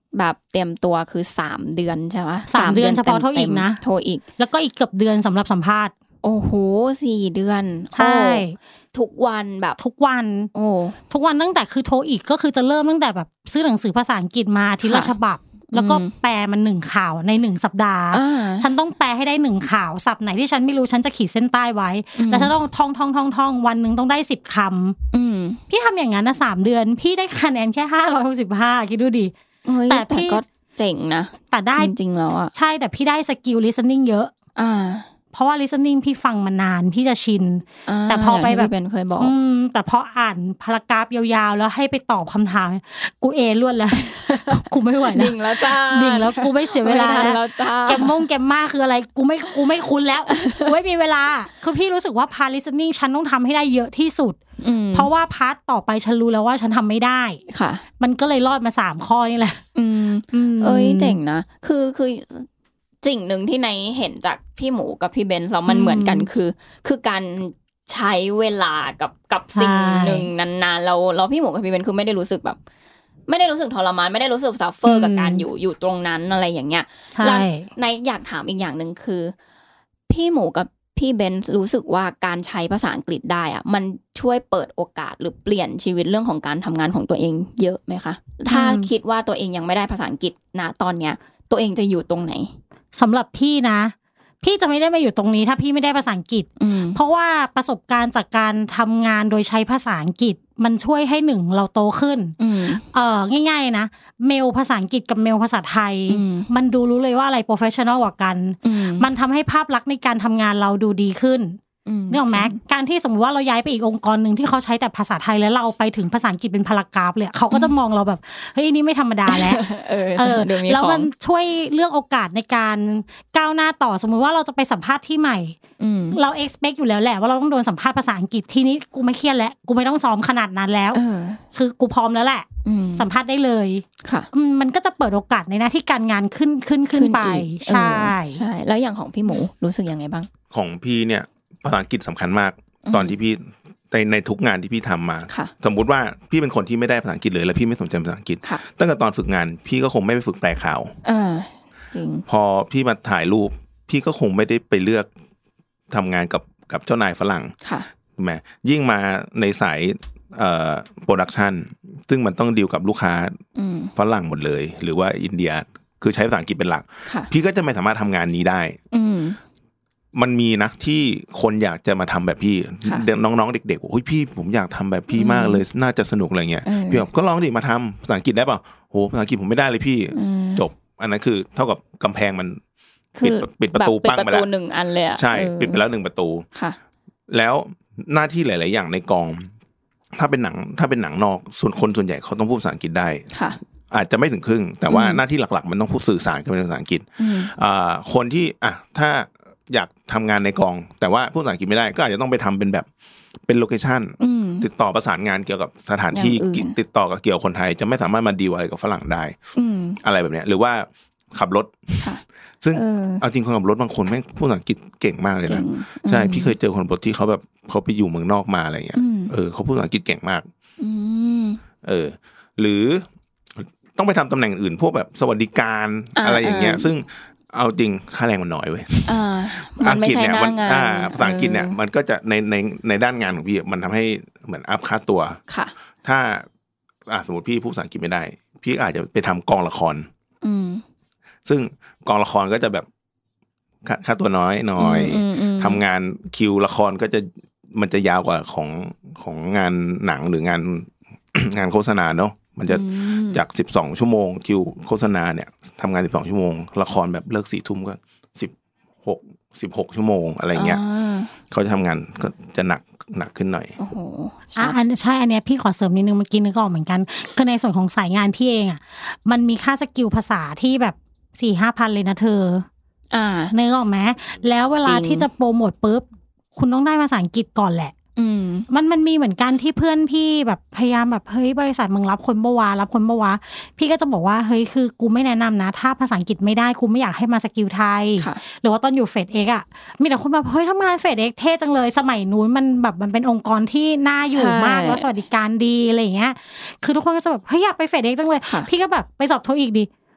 Speaker 2: แบบเตรียมตัวคือสามเดือนใช่มั้ย
Speaker 3: สามเดือนเฉพาะโทอีกนะ
Speaker 2: โทอีก
Speaker 3: แล้วก็อีกเกือบเดือนสำหรับสัมภาษณ์
Speaker 2: โอ้โหสี่เดือน
Speaker 3: ใช่
Speaker 2: ทุกวันแบบ
Speaker 3: ทุกวัน
Speaker 2: โอ้
Speaker 3: ทุกวันตั้งแต่คือโทอีกก็คือจะเริ่มตั้งแต่แบบซื้อหนังสือภาษาอังกฤษมาอาทิตย์ละฉบับแล้วก็แปลมันหนึ่งข่าวในหนึ่งสัปดาห์ฉันต้องแปลให้ได้หนึ่งข่าวศัพท์ไหนที่ฉันไม่รู้ฉันจะขีดเส้นใต้ไว้แล้วฉันต้องท่องท่องท่องท่องวันนึงต้องได้สิบคำพี่ทำอย่างนั้นนะสามเดือนพี่ได้คะแนนแค่ห้าร้อยหกสิบห้าคิดดูดิ
Speaker 2: แต่พี่ก็เจ๋งนะ
Speaker 3: แต่ได้
Speaker 2: จริงๆแล้วอ่ะ
Speaker 3: ใช่แต่พี่ได้สกิล listening เยอะ
Speaker 2: อ่า
Speaker 3: เพราะว่า listening พี่ฟังมานานพี่จะชินแต่พอไปแบบ
Speaker 2: เป็นเคยบอก
Speaker 3: แต่พออ่านพารากราฟยาวๆแล้วให้ไปตอบคำถามกูเอล้วนแล้วกูไม่ไหวนะ
Speaker 2: ดิ่งแล้วจ้า
Speaker 3: ดิ่งแล้วกูไม่เสียเวลาแล้วแกมมงแกมมาคืออะไรกูไม่กูไม่คุ้นแล้วกูไม่มีเวลาคือพี่รู้สึกว่าพาร์ท listening ฉันต้องทำให้ได้เยอะที่สุดเพราะว่าพาร์ทต่อไปฉันรู้แล้วว่าฉันทำไม่ได้
Speaker 2: ค่ะ
Speaker 3: มันก็เลยรอดมาสามข้อนี่แหละ
Speaker 2: อืมเอ้ยเจ๋งนะคือคือสิ่งหนึ่งที่ในเห็นจากพี่หมูกับพี่เบนซ์แล้วมันเหมือนกันคือคือการใช้เวลากับกับสิ่งหนึ่งนานๆเราเราพี่หมูกับพี่เบนซ์คือไม่ได้รู้สึกแบบไม่ได้รู้สึกทรมานไม่ได้รู้สึกซัฟเฟอร์กับการอยู่อยู่ตรงนั้นอะไรอย่างเงี้ยแล้วในอยากถามอีกอย่างนึงคือพี่หมูกับพี่เบนซ์รู้สึกว่าการใช้ภาษาอังกฤษได้อะมันช่วยเปิดโอกาสหรือเปลี่ยนชีวิตเรื่องของการทำงานของตัวเองเยอะไหมคะถ้าคิดว่าตัวเองยังไม่ได้ภาษาอังกฤษณตอนเนี้ยตัวเองจะอยู่ตรงไหน
Speaker 3: สำหรับพี่นะพี่จะไม่ได้มาอยู่ตรงนี้ถ้าพี่ไม่ได้ภาษาอังกฤษเพราะว่าประสบการณ์จากการทำงานโดยใช้ภาษาอังกฤษมันช่วยให้หนึ่งเราโตขึ้นเออง่ายๆนะเมลภาษาอังกฤษกับเมลภาษาไทยมันดูรู้เลยว่าอะไรโปรเฟสชั่นอลกว่ากันมันทำให้ภาพลักษณ์ในการทำงานเราดูดีขึ้นนึกออกไหมการที่สมมติว่าเราย้ายไปอีกองค์กรหนึ่งที่เขาใช้แต่ภาษาไทยแล้วเราไปถึงภาษาอังกฤษเป็นพารากราฟเลยเขาก็จะมองเราแบบเฮ้ยนี่ไม่ธรรมดาแล้ว
Speaker 2: เออ
Speaker 3: แล้วมันช่วยเรื่องโอกาสในการก้าวหน้าต่อสมมุติว่าเราจะไปสัมภาษณ์ที่ใหม่เรา expect อยู่แล้วแหละว่าเราต้องโดนสัมภาษณ์ภาษาอังกฤษทีนี้กูไม่เครียดแล้วกูไม่ต้องซ้อมขนาดนั้นแล้วคือกูพร้อมแล้วแหละสัมภาษณ์ได้เลย
Speaker 2: ค่ะ
Speaker 3: มันก็จะเปิดโอกาสในหน้าที่การงานขึ้นขึ้นขึ้นไปใช่
Speaker 2: ใช่แล้วอย่างของพี่หมูรู้สึกยังไงบ้าง
Speaker 4: ของพี่เนี่ยภาษาอังกฤษสำคัญมากตอนที่พี่ในในทุกงานที่พี่ทำมาสมมุติว่าพี่เป็นคนที่ไม่ได้ภาษาอังกฤษเลยแล้วพี่ไม่สนใจภาษาอังกฤษตั้งแต่ตอนฝึกงานพี่ก็คงไม่ไปฝึกแปลข่าว
Speaker 2: จริง
Speaker 4: พอพี่มาถ่ายรูปพี่ก็คงไม่ได้ไปเลือกทำงานกับกับเจ้านายฝรั่งใช่ไหมยิ่งมาในสายเอ่อโปรดักชันซึ่งมันต้องดีลกับลูกค้าฝรั่งหมดเลยหรือว่าอินเดียคือใช้ภาษาอังกฤษเป็นหลักพี่ก็จะไม่สามารถทำงานนี้ได้มันมีนะที่คนอยากจะมาทำแบบพี่น้องๆเด็กๆโอ้ยพี่ผมอยากทำแบบพี่มากเลยน่าจะสนุกอะไรเงี้ยพี่บอกก็ลองดิมาทำภาษาอังกฤษได้เปล่าโหภาษาอังกฤษผมไม่ได้เลยพี่จบอันนั้นคือเท่ากับกำแพงมันปิดปิดประตูปั้งไปแล้ว
Speaker 2: หนึ่งอันเลย
Speaker 4: ใช่ปิดไปแล้วหนึ่งประตูแล้วหน้าที่หลายๆอย่างในกองถ้าเป็นหนังถ้าเป็นหนังนอกส่วนคนส่วนใหญ่เขาต้องพูดภาษาอังกฤษได้อาจจะไม่ถึงครึ่งแต่ว่าหน้าที่หลักๆมันต้องพูดสื่อสารกันเป็นภาษาอังกฤษคนที่อ่ะถ้าอยากทำงานในกองแต่ว่าพูดภาษาอังกฤษไม่ได้ก็อาจจะต้องไปทำเป็นแบบเป็นโลเคชั่นติดต่อประสานงานเกี่ยวกับสถานที่ติดต่อกับเกี่ยวคนไทยจะไม่สามารถมาดีลอะไรกับฝรั่งได้อะไรแบบนี้หรือว่าขับรถซึ่งเอาจริงคนขับรถบางคนแม่งพูดภาษาอังกฤษเก่งมากเลยนะใช่พี่เคยเจอคนขับรถที่เขาแบบเขาไปอยู่เมืองนอกมาอะไรเงี้ยเออเขาพูดภาษาอังกฤษเก่งมากเออหรือต้องไปทำตำแหน่งอื่นพวกแบบสวัสดิการอะไรอย่างเงี้ยซึ่งเอาจริงค่าแรงมันน้อยเว้ย
Speaker 2: อังกฤษเนี่ยมัน
Speaker 4: ภาษาอังกฤษเนี่ยมันก็จะในในในด้านงานของพี่มันทำให้เหมือนอัพค่าตัวถ้าสมมติพี่พูดภาษาอังกฤษไม่ได้พี่อาจจะไปทำกองละครซึ่งกองละครก็จะแบบค่าตัวน้อยน้อยทำงานคิวละครก็จะมันจะยาวกว่าของของงานหนังหรืองานงานโฆษณาเนาะมันจะจากสิบสองชั่วโมงคิวโฆษณาเนี่ยทำงานสิบสองชั่วโมงละครแบบเลิกสี่ทุ่มก็สิบหกสิบหกชั่วโมงอะไรเงี้ยเขาจะทำงานก็จะหนักหนักขึ้นหน่อย
Speaker 2: โอ้โห
Speaker 3: อ่ะอันใช่อันเนี้ยพี่ขอเสริมนิดนึงเมื่อกี้นึกออกเหมือนกันคือในส่วนของสายงานพี่เองอ่ะมันมีค่าสกิลภาษาที่แบบสี่ห้าพันเลยนะเธอ
Speaker 2: อ่า
Speaker 3: นึกออกไหมแล้วเวลาที่จะโปรโมทปุ๊บคุณต้องได้ภาษาอังกฤษก่อนแหละมันมันมีเหมือนกันที่เพื่อนพี่แบบพยายามแบบเฮ้ยบริษัทมึงรับคนบ่วารับคนบ่วาพี่ก็จะบอกว่าเฮ้ยคือกูไม่แนะนำนะถ้าภาษาอังกฤษไม่ได้กูไม่อยากให้มาสกิลไทยหรือว่าตอนอยู่เฟดเอ็กอ่ะมีแต่คนแบบเฮ้ยทำงานเฟดเอ็กเท่จังเลยสมัยนู้นมันแบบมันเป็นองค์กรที่น่าอยู่มากแล้วสวัสดิการดีอะไรอย่างเงี้ยคือทุกคนก็จะแบบเฮ้ยอยากไปเฟดเอ็กจังเลยพี่ก็แบบไปสอบโทอีกดิ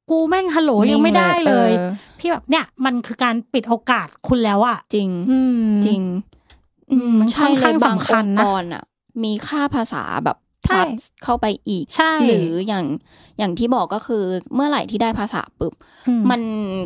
Speaker 3: กูแม่งฮัลโหลยังไม่ได้เลยพี่แบบเนี่ยมันคือการปิดโอกาสคุณแล้วอ่ะ
Speaker 2: จริงจริงอืมใช่เลยบางองค์กรอ่ะมีค่าภาษาแบบทัชเข้าไปอีกหรืออย่างอย่างที่บอกก็คือเมื่อไหร่ที่ได้ภาษาปุ๊บมัน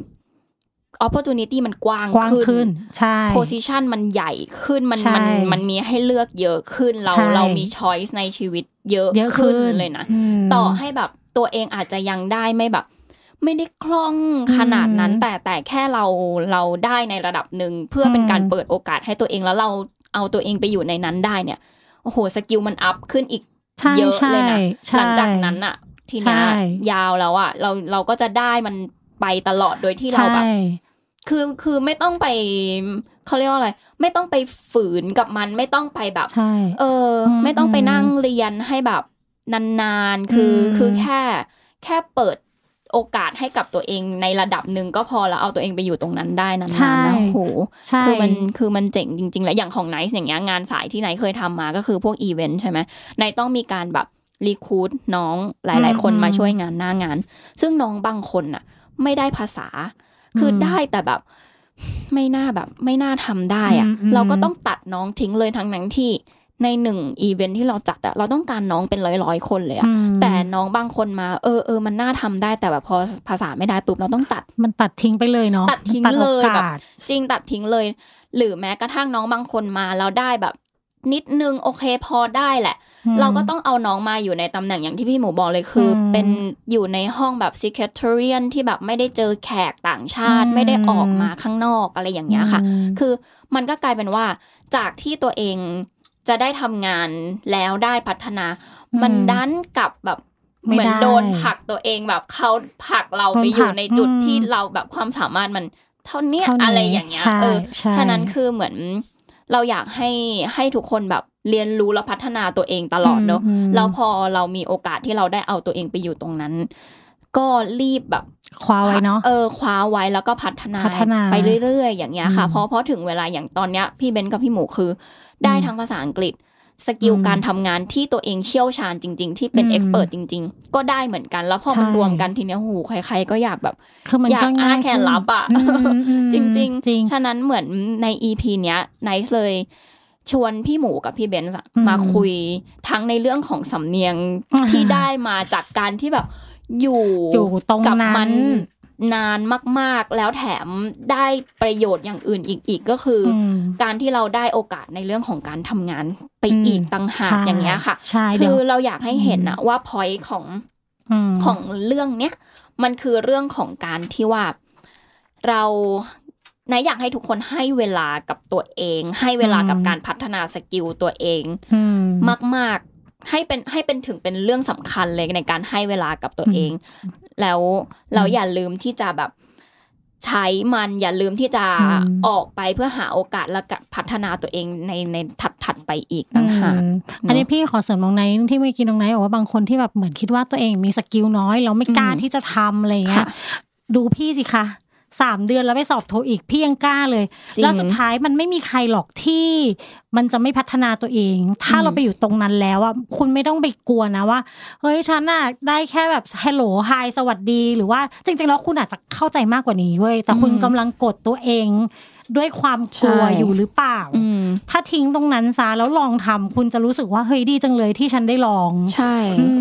Speaker 2: opportunity มันกว้างขึ้น
Speaker 3: ใช่
Speaker 2: position มันใหญ่ขึ้นมันมันมันมีให้เลือกเยอะขึ้นเราเรามี choice ในชีวิตเยอะขึ้นเลยนะต่อให้แบบตัวเองอาจจะยังได้ไม่แบบไม่ได้คล่องขนาดนั้นแต่แต่แค่เราเราได้ในระดับหนึ่งเพื่อเป็นการเปิดโอกาสให้ตัวเองแล้วเราเอาตัวเองไปอยู่ในนั้นได้เนี่ยโอ้โหสกิลมันอัพขึ้นอีกเยอะเลยนะหลังจากนั้นอะทีนี้ยาวแล้วอะเราเราก็จะได้มันไปตลอดโดยที่เราแบบคือคือไม่ต้องไปเขาเรียกว่าอะไรไม่ต้องไปฝืนกับมันไม่ต้องไปแบบเออไม่ต้องไปนั่งเรียนให้แบบนานๆคือคือแค่แค่เปิดโอกาสให้กับตัวเองในระดับหนึ่งก็พอแล้วเอาตัวเองไปอยู่ตรงนั้นได้นานๆนะโหคือมันคือมันเจ๋งจริงๆแล้วอย่างของไนท์อย่างเงี้ยงานสายที่ไนท์เคยทำมาก็คือพวกอีเวนต์ใช่ไหมไนท์ต้องมีการแบบรีคูดน้องหลายๆคนมาช่วยงานหน้างานซึ่งน้องบางคนน่ะไม่ได้ภาษาคือได้แต่แบบไม่น่าแบบไม่น่าทำได้อะเราก็ต้องตัดน้องทิ้งเลยทั้งนั้นที่ในหนึ่งอีเวนท์ที่เราจัดอะเราต้องการน้องเป็นร้อยๆคนเลยอะแต่น้องบางคนมาเออเออมันน่าทำได้แต่แบบพอภาษาไม่ได้ปุ๊บเราต้องตัด
Speaker 3: มันตัดทิ้งไปเลยเนาะ
Speaker 2: ตัดทิ้งเลยแบบจริงตัดทิ้งเลยหรือแม้กระทั่งน้องบางคนมาแล้วได้แบบนิดนึงโอเคพอได้แหละเราก็ต้องเอาน้องมาอยู่ในตำแหน่งอย่างที่พี่หมูบอกเลยคือเป็นอยู่ในห้องแบบ secretarian ที่แบบไม่ได้เจอแขกต่างชาติไม่ได้ออกมาข้างนอกอะไรอย่างเงี้ยค่ะคือมันก็กลายเป็นว่าจากที่ตัวเองจะได้ทำงานแล้วได้พัฒนามันดันกลับแบบเหมือนโดนผลักตัวเองแบบเขาผลักเราไปอยู่ในจุดที่เราแบบความสามารถมันเท่านี้อะไรอย่างเงี้ยเออฉะนั้นคือเหมือนเราอยากให้ให้ทุกคนแบบเรียนรู้และพัฒนาตัวเองตลอดเนอะแล้วพอเรามีโอกาสที่เราได้เอาตัวเองไปอยู่ตรงนั้นก็รีบแบบ
Speaker 3: คว้าไว้เนาะ
Speaker 2: เออคว้าไว้แล้วก็พัฒนาไปเรื่อยๆอย่างเงี้ยค่ะเพราะเพราะถึงเวลาอย่างตอนเนี้ยพี่เบนกับพี่หมูคือได้ทั้งภาษาอังกฤษสกิลการทำงานที่ตัวเองเชี่ยวชาญจริงๆที่เป็นเอ็กซ์เพิร์ทจริงๆก็ได้เหมือนกันแล้วพอมันรวมกันทีเนี้ยโหใครๆก็อยากแบบอยากอ้าแขนรับอ่ะจริงๆฉะนั้นเหมือนใน อี พี เนี้ยไนท์เลยชวนพี่หมูกับพี่เบนซ์มาคุยทั้งในเรื่องของสำเนียงที่ได้มาจากการที่แบบอยู่กับมันนานมากๆแล้วแถมได้ประโยชน์อย่างอื่นอีกอีกก็คือการที่เราได้โอกาสในเรื่องของการทำงานไปอีกต่างหากอย่างเงี้ยค่ะคือเราอยากให้เห็นนะว่า point ของของเรื่องเนี้ยมันคือเรื่องของการที่ว่าเรานายอยากให้ทุกคนให้เวลากับตัวเองให้เวลากับการพัฒนาสกิลตัวเองมากๆให้เป็นให้เป็นถึงเป็นเรื่องสำคัญเลยในการให้เวลากับตัวเองแล้วเราอย่าลืมที่จะแบบใช้มันอย่าลืมที่จะออกไปเพื่อหาโอกาสและพัฒนาตัวเองในในถัดๆไปอีกต่างหาก
Speaker 3: อันนี้พี่ขอเสริมน้องไนท์ที่เมื่อกี้น้องไนท์บอกว่าบางคนที่แบบเหมือนคิดว่าตัวเองมีสกิลน้อยแล้วไม่กล้าที่จะทำอะไรเงี้ยดูพี่สิคะสามเดือนแล้วไปสอบโทอีกพี่ยังกล้าเลยแล้วสุดท้ายมันไม่มีใครหรอกที่มันจะไม่พัฒนาตัวเองถ้าเราไปอยู่ตรงนั้นแล้วอ่ะคุณไม่ต้องไปกลัวนะว่าเฮ้ยฉันน่ะได้แค่แบบฮัลโหลไฮสวัสดีหรือว่าจริงๆแล้วคุณอาจจะเข้าใจมากกว่านี้เว้ยแต่คุณกำลังกดตัวเองด้วยความกลัวอยู่หรือเปล่าถ้าทิ้งตรงนั้นซะแล้วลองทำคุณจะรู้สึกว่าเฮ้ยดีจังเลยที่ฉันได้ลอง
Speaker 2: ใช่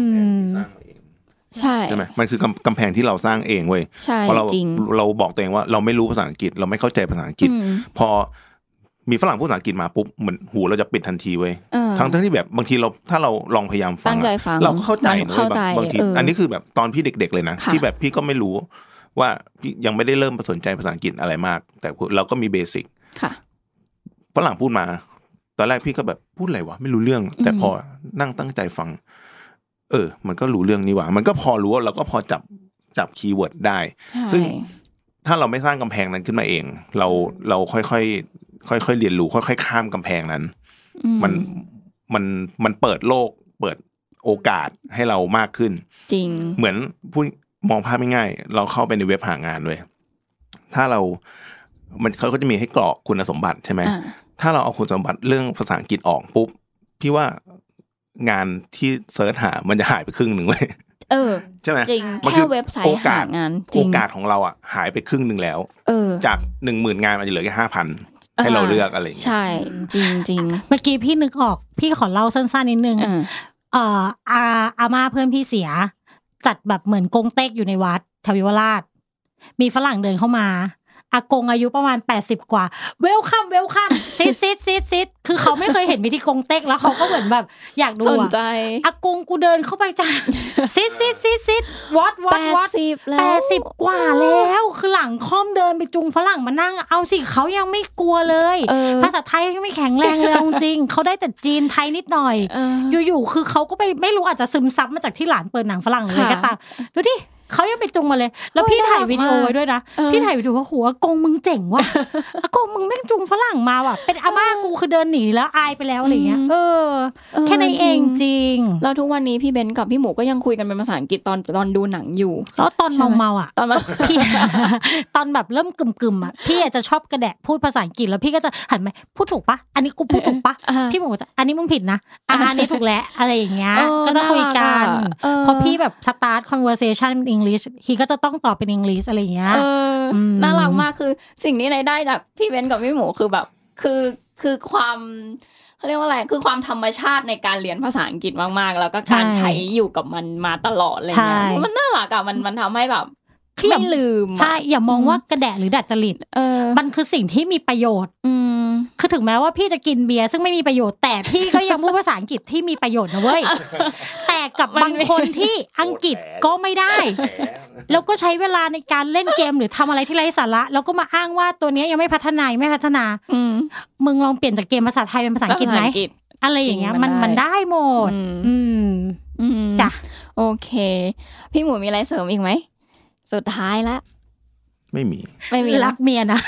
Speaker 2: ใช่
Speaker 4: ใช่ไหมมันคือกำแพงที่เราสร้างเองเว้ยเพราะเราเราบอกตัวเองว่าเราไม่รู้ภาษาอังกฤษเราไม่เข้าใจภาษาอังกฤษพอมีฝรั่งพูดภาษาอังกฤษมาปุ๊บเหมือนหูเราจะปิดทันทีเว้ยทั้งทั้งที่แบบบางทีเราถ้าเราลองพยายามฟังเราก็เข้าใจนะบางทีอันนี้คือแบบตอนพี่เด็กๆเลยนะที่แบบพี่ก็ไม่รู้ว่าพี่ยังไม่ได้เริ่มสนใจภาษาอังกฤษอะไรมากแต่เราก็มีเบสิกฝรั่งพูดมาตอนแรกพี่ก็แบบพูดอะไรวะไม่รู้เรื่องแต่พอนั่งตั้งใจฟังเออมันก็รู้เรื่องนี้ว่ะมันก็พอรู้เราก็พอจับจับคีย์เวิร์ดได้ซึ่งถ้าเราไม่สร้างกำแพงนั้นขึ้นมาเองเราเราค่อยๆค่อยๆเรียนรู้ค่อยๆข้ามกำแพงนั้นมันมันมันเปิดโลกเปิดโอกาสให้เรามากขึ้น
Speaker 2: จริง
Speaker 4: เหมือนพูดมองภาพง่ายๆเราเข้าไปในเว็บหางานเลยถ้าเรามันเขาก็จะมีให้กรอกคุณสมบัติใช่ไหมถ้าเราเอาคุณสมบัติเรื่องภาษาอังกฤษออกปุ๊บพี่ว่างานที่เสิร์ชหามันจะหายไปครึ่งหนึ่งเลย
Speaker 2: เออ
Speaker 4: ใช่ไหม
Speaker 2: จริง
Speaker 4: มัน
Speaker 2: แค่
Speaker 4: คือ
Speaker 2: เว็บไซ
Speaker 4: โอ
Speaker 2: ต์
Speaker 4: กา
Speaker 2: หา
Speaker 4: ส
Speaker 2: งานจ
Speaker 4: โอ
Speaker 2: ริง
Speaker 4: กาสของเราอ่ะหายไปครึ่งนึงแล้ว
Speaker 2: เออ
Speaker 4: จาก หนึ่งหมื่น งานมันจะเหลือแค่ ห้าพัน ให้เราเลือกอะไรอย่างเงี้ย
Speaker 2: ใช่จริงจริง
Speaker 3: เมื่อกี้พี่นึกออกพี่ขอเล่าสั้นๆนิดนึง
Speaker 2: เออ
Speaker 3: เอ่ออาอาม่าเพื่อนพี่เสียจัดแบบเหมือนกงเต็กอยู่ในวัดแถวเยาวราชมีฝรั่งเดินเข้ามาอากงอายุประมาณแปดสิบกว่าเวลคัมเวลคัมซิดซิดซิดซิดคือเขาไม่เคยเห็นวิธีกงเต็กแล้วเขาก็เหมือนแบบอยากดู
Speaker 2: สน
Speaker 3: อ่ะ
Speaker 2: ใจ
Speaker 3: อากงกูเดินเข้าไปจ้าซิดซิดซิดซิดวอตวอ
Speaker 2: แป
Speaker 3: ต
Speaker 2: ด
Speaker 3: วอต
Speaker 2: สิบแล้ว
Speaker 3: แปดสิบกว่าแล้วคือหลังค่อมเดินไปจุงฝรั่งมานั่งเอาสิเขายังไม่กลัวเลย
Speaker 2: เออ
Speaker 3: ภาษาไทยยังไม่แข็งแรงเลยจริงเขาได้แต่จีนไทยนิดหน่อย
Speaker 2: เออ
Speaker 3: อยู่ๆคือเขาก็ไปไม่รู้อาจจะซึมซับมาจากที่หลานเปิดหนังฝรั่งเลยก็ตามดูดิเขายังไปจุงมาเลยแล้วพี่ถ่ายวิดีโอไว้ด้วยนะพี่ถ่ายวิดีโอว่าหัวอากงมึงเจ๋งว่ะอากงมึงแม่งจุงฝรั่งมาว่ะเป็นอาม่ากูคือเดินหนีแล้วอายไปแล้วอะไรเงี้ยเออแค่นั้นเองจริง
Speaker 2: แล้วทุกวันนี้พี่เบนกับพี่หมูก็ยังคุยกันเป็นภาษาอังกฤษตอนตอนดูหนังอยู่
Speaker 3: แล้วตอนเมาๆอ่ะ
Speaker 2: ตอนมา
Speaker 3: พี่ ตอนแบบเริ่มกึ่มๆอ่ะพี่อาจจะชอบกระแดะพูดภาษาอังกฤษแล้วพี่ก็จะหันไปพูดถูกปะอันนี้กูพูดถูกปะพี่หมูจะอันนี้มึงผิดนะอ่ะอันนี้ถูกแล้วอะไรอย่างเงี้ยก็จะคุยกันพอพี่แบบสตาร์ท conversation in English ฮีก็จะต้องตอบเป็น English อะไรอย่างเงี้ย
Speaker 2: เออน่ารักมากคือสิ่งที่ในได้จากพี่เบนกับพี่หมูคือแบบคือคือความเขาเรียกว่าอะไรคือความธรรมชาติในการเรียนภาษาอังกฤษมากๆแล้วก็การใช้อยู่กับมันมาตลอดอะไรเงี้ยมันน่ารักอ่ะมันมันทำให้แบบไม่ลืม
Speaker 3: ใช่อย่ามองว่ากระแดะหรือดัดจริต
Speaker 2: เออ
Speaker 3: มันคือสิ่งที่มีประโยชน์อืมคือถึงแม้ว่าพี่จะกินเบียร์ซึ่งไม่มีประโยชน์แต่พี่ก็ยังพูดภาษาอังกฤษที่มีประโยชน์นะเว้ยแต่กับบางคนที่อังกฤษก็ไม่ได้แล้วก็ใช้เวลาในการเล่นเกมหรือทำอะไรที่ไร้สาระแล้วก็มาอ้างว่าตัวนี้ยังไม่พัฒนาไม่พัฒนามึงลองเปลี่ยนจากเกมภาษาไทยเป็นภาษาอังกฤษไหมอะไรอย่างเงี้ยมันมันได้หมดอืมจ้ะ
Speaker 2: โอเคพี่หมูมีอะไรเสริมอีกไหมสุดท้ายแล้ว
Speaker 4: ไม่มี
Speaker 2: ไม่มี
Speaker 3: รักเมียนะ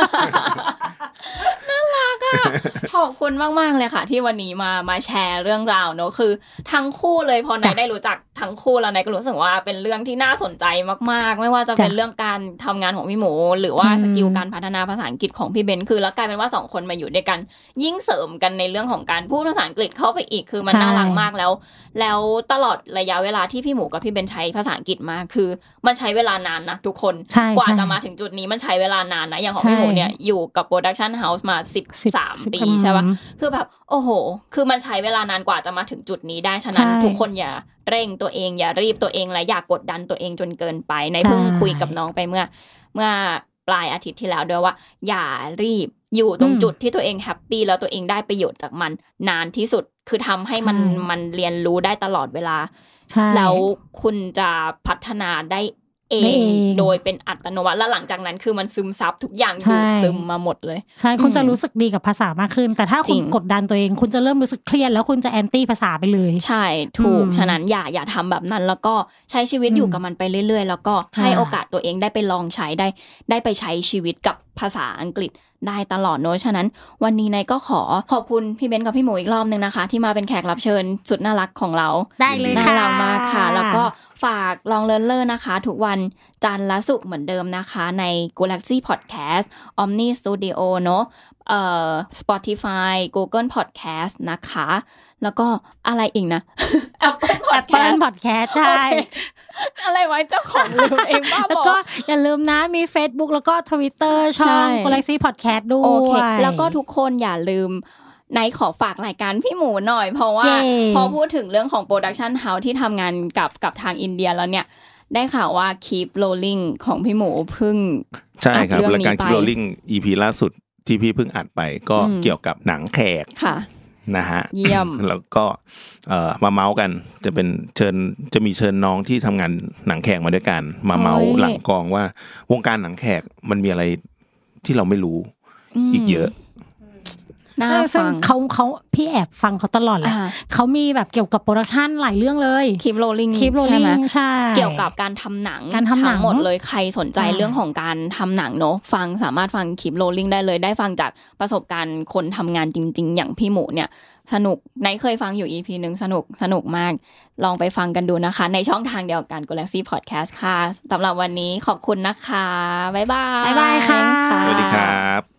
Speaker 2: น่ารักอ่ะขอบคุณมากๆเลยค่ะที่วันนี้มามาแชร์เรื่องราวเนอะคือทั้งคู่เลยพอนายได้รู้จักทั้งคู่แล้วนายก็รู้สึกว่าเป็นเรื่องที่น่าสนใจมากๆไม่ว่าจะเป็นเรื่องการทำงานของพี่หมูหรือว่าสกิลการพัฒนาภาษาอังกฤษของพี่เบนคือแล้วกลายเป็นว่าสองคนมาอยู่ด้วยกันยิ่งเสริมกันในเรื่องของการพูดภาษาอังกฤษเข้าไปอีกคือมันน่ารักมากแล้วแล้วตลอดระยะเวลาที่พี่หมูกับพี่เบนใช้ภาษาอังกฤษมาคือมันใช้เวลานานนะทุกคนกว่าจะมาถึงจุดนี้มันใช้เวลานานนะอย่างของพี่หมูเนี่ยอยู่กับโปรดักชั่นเฮาส์มาสิบสามปีใช่ป่ะคือแบบโอ้โหคือมันใช้เวลานานกว่าจะมาถึงจุดนี้ได้ฉะนั้นทุกคนอย่าเร่งตัวเองอย่ารีบตัวเองและอย่ากดดันตัวเองจนเกินไปในเพิ่งคุยกับน้องไปเมื่อเมื่อปลายอาทิตย์ที่แล้วด้วยว่าอย่ารีบอยู่ตรงจุดที่ตัวเองแฮปปี้แล้วตัวเองได้ประโยชน์จากมันนานที่สุดคือทำให้มันมันเรียนรู้ได้ตลอดเวลาแล้วคุณจะพัฒนาได้เองโดยเป็นอัตโนมัติแล้วหลังจากนั้นคือมันซึมซับทุกอย่างดูดซึมมาหมดเลย
Speaker 3: ใช่คุณจะรู้สึกดีกับภาษามากขึ้นแต่ถ้าคุณกดดันตัวเองคุณจะเริ่มรู้สึกเครียดแล้วคุณจะแอนตี้ภาษาไปเลย
Speaker 2: ใช่ถูกฉะนั้นอย่าอย่าทำแบบนั้นแล้วก็ใช้ชีวิตอยู่กับมันไปเรื่อยๆแล้วก็ให้โอกาสตัวเองได้ไปลองใช้ได้ได้ไปใช้ชีวิตกับภาษาอังกฤษได้ตลอดเนอะฉะนั้นวันนี้นายก็ขอขอบคุณพี่เบนกับพี่หมูอีกรอบนึงนะคะที่มาเป็นแขกรับเชิญสุดน่ารักของเรา
Speaker 3: ได้เลยค่ะ
Speaker 2: น่ารักมากค่ะแล้วก็ฝากลองเลิร์นเลอร์นะคะทุกวันจันทร์และศุกร์เหมือนเดิมนะคะใน Galaxy Podcast Omni Studio เนอะเอ่อ Spotify Google Podcast นะคะแล้วก็อะไรอีกนะ
Speaker 3: Apple Podcast Podcast ใช่
Speaker 2: อะไรไว้เจ้าของลืมเองบ้าบอ
Speaker 3: แล้วก็อย่าลืมนะมี Facebook แล้วก็ Twitter ช่อง Galaxy Podcast ด้วยโอเค
Speaker 2: แล้วก็ทุกคนอย่าลืมไนขอฝากรายการพี่หมูหน่อยเพราะว่าพอพูดถึงเรื่องของโปรดักชันเฮาส์ที่ทำงานกับกับทางอินเดียแล้วเนี่ยได้ข่าวว่า Keep Rolling ของพี่หมูเพิ่ง
Speaker 4: ใช่ครับรายการ Keep Rolling อี พี ล่าสุดที่พี่เพิ่งอัดไปก็เกี่ยวกับหนังแขก
Speaker 2: ค่ะ
Speaker 4: นะฮะ
Speaker 2: เยี่ยม
Speaker 4: แล้วก็เอ่อมาเมาส์กันจะเป็นเชิญจะมีเชิญน้องที่ทำงานหนังแขกมาด้วยกันมาเมาส์หลังกองว่าวงการหนังแขกมันมีอะไรที่เราไม่รู้อีกเยอะ
Speaker 3: น่าฟังเขาเขาพี่แอบฟังเขาตลอดแหละเขามีแบบเกี่ยวกับโปรดักชันหลายเรื่องเลย
Speaker 2: Keep Rolling
Speaker 3: Keep Rolling ใช่
Speaker 2: เกี่ยวกับการทำหนังทั้งหมดเลยใครสนใจเรื่องของการทำหนังเนอะฟังสามารถฟัง Keep Rolling ได้เลยได้ฟังจากประสบการณ์คนทำงานจริงๆอย่างพี่หมูเนี่ยสนุกไนเคยฟังอยู่ อี พี นึงสนุกสนุกมากลองไปฟังกันดูนะคะในช่องทางเดียวกัน Galaxy Podcast ค่ะสำหรับวันนี้ขอบคุณนะคะบ๊ายบาย
Speaker 3: บ๊ายบายค่ะ
Speaker 4: สวัสดีครับ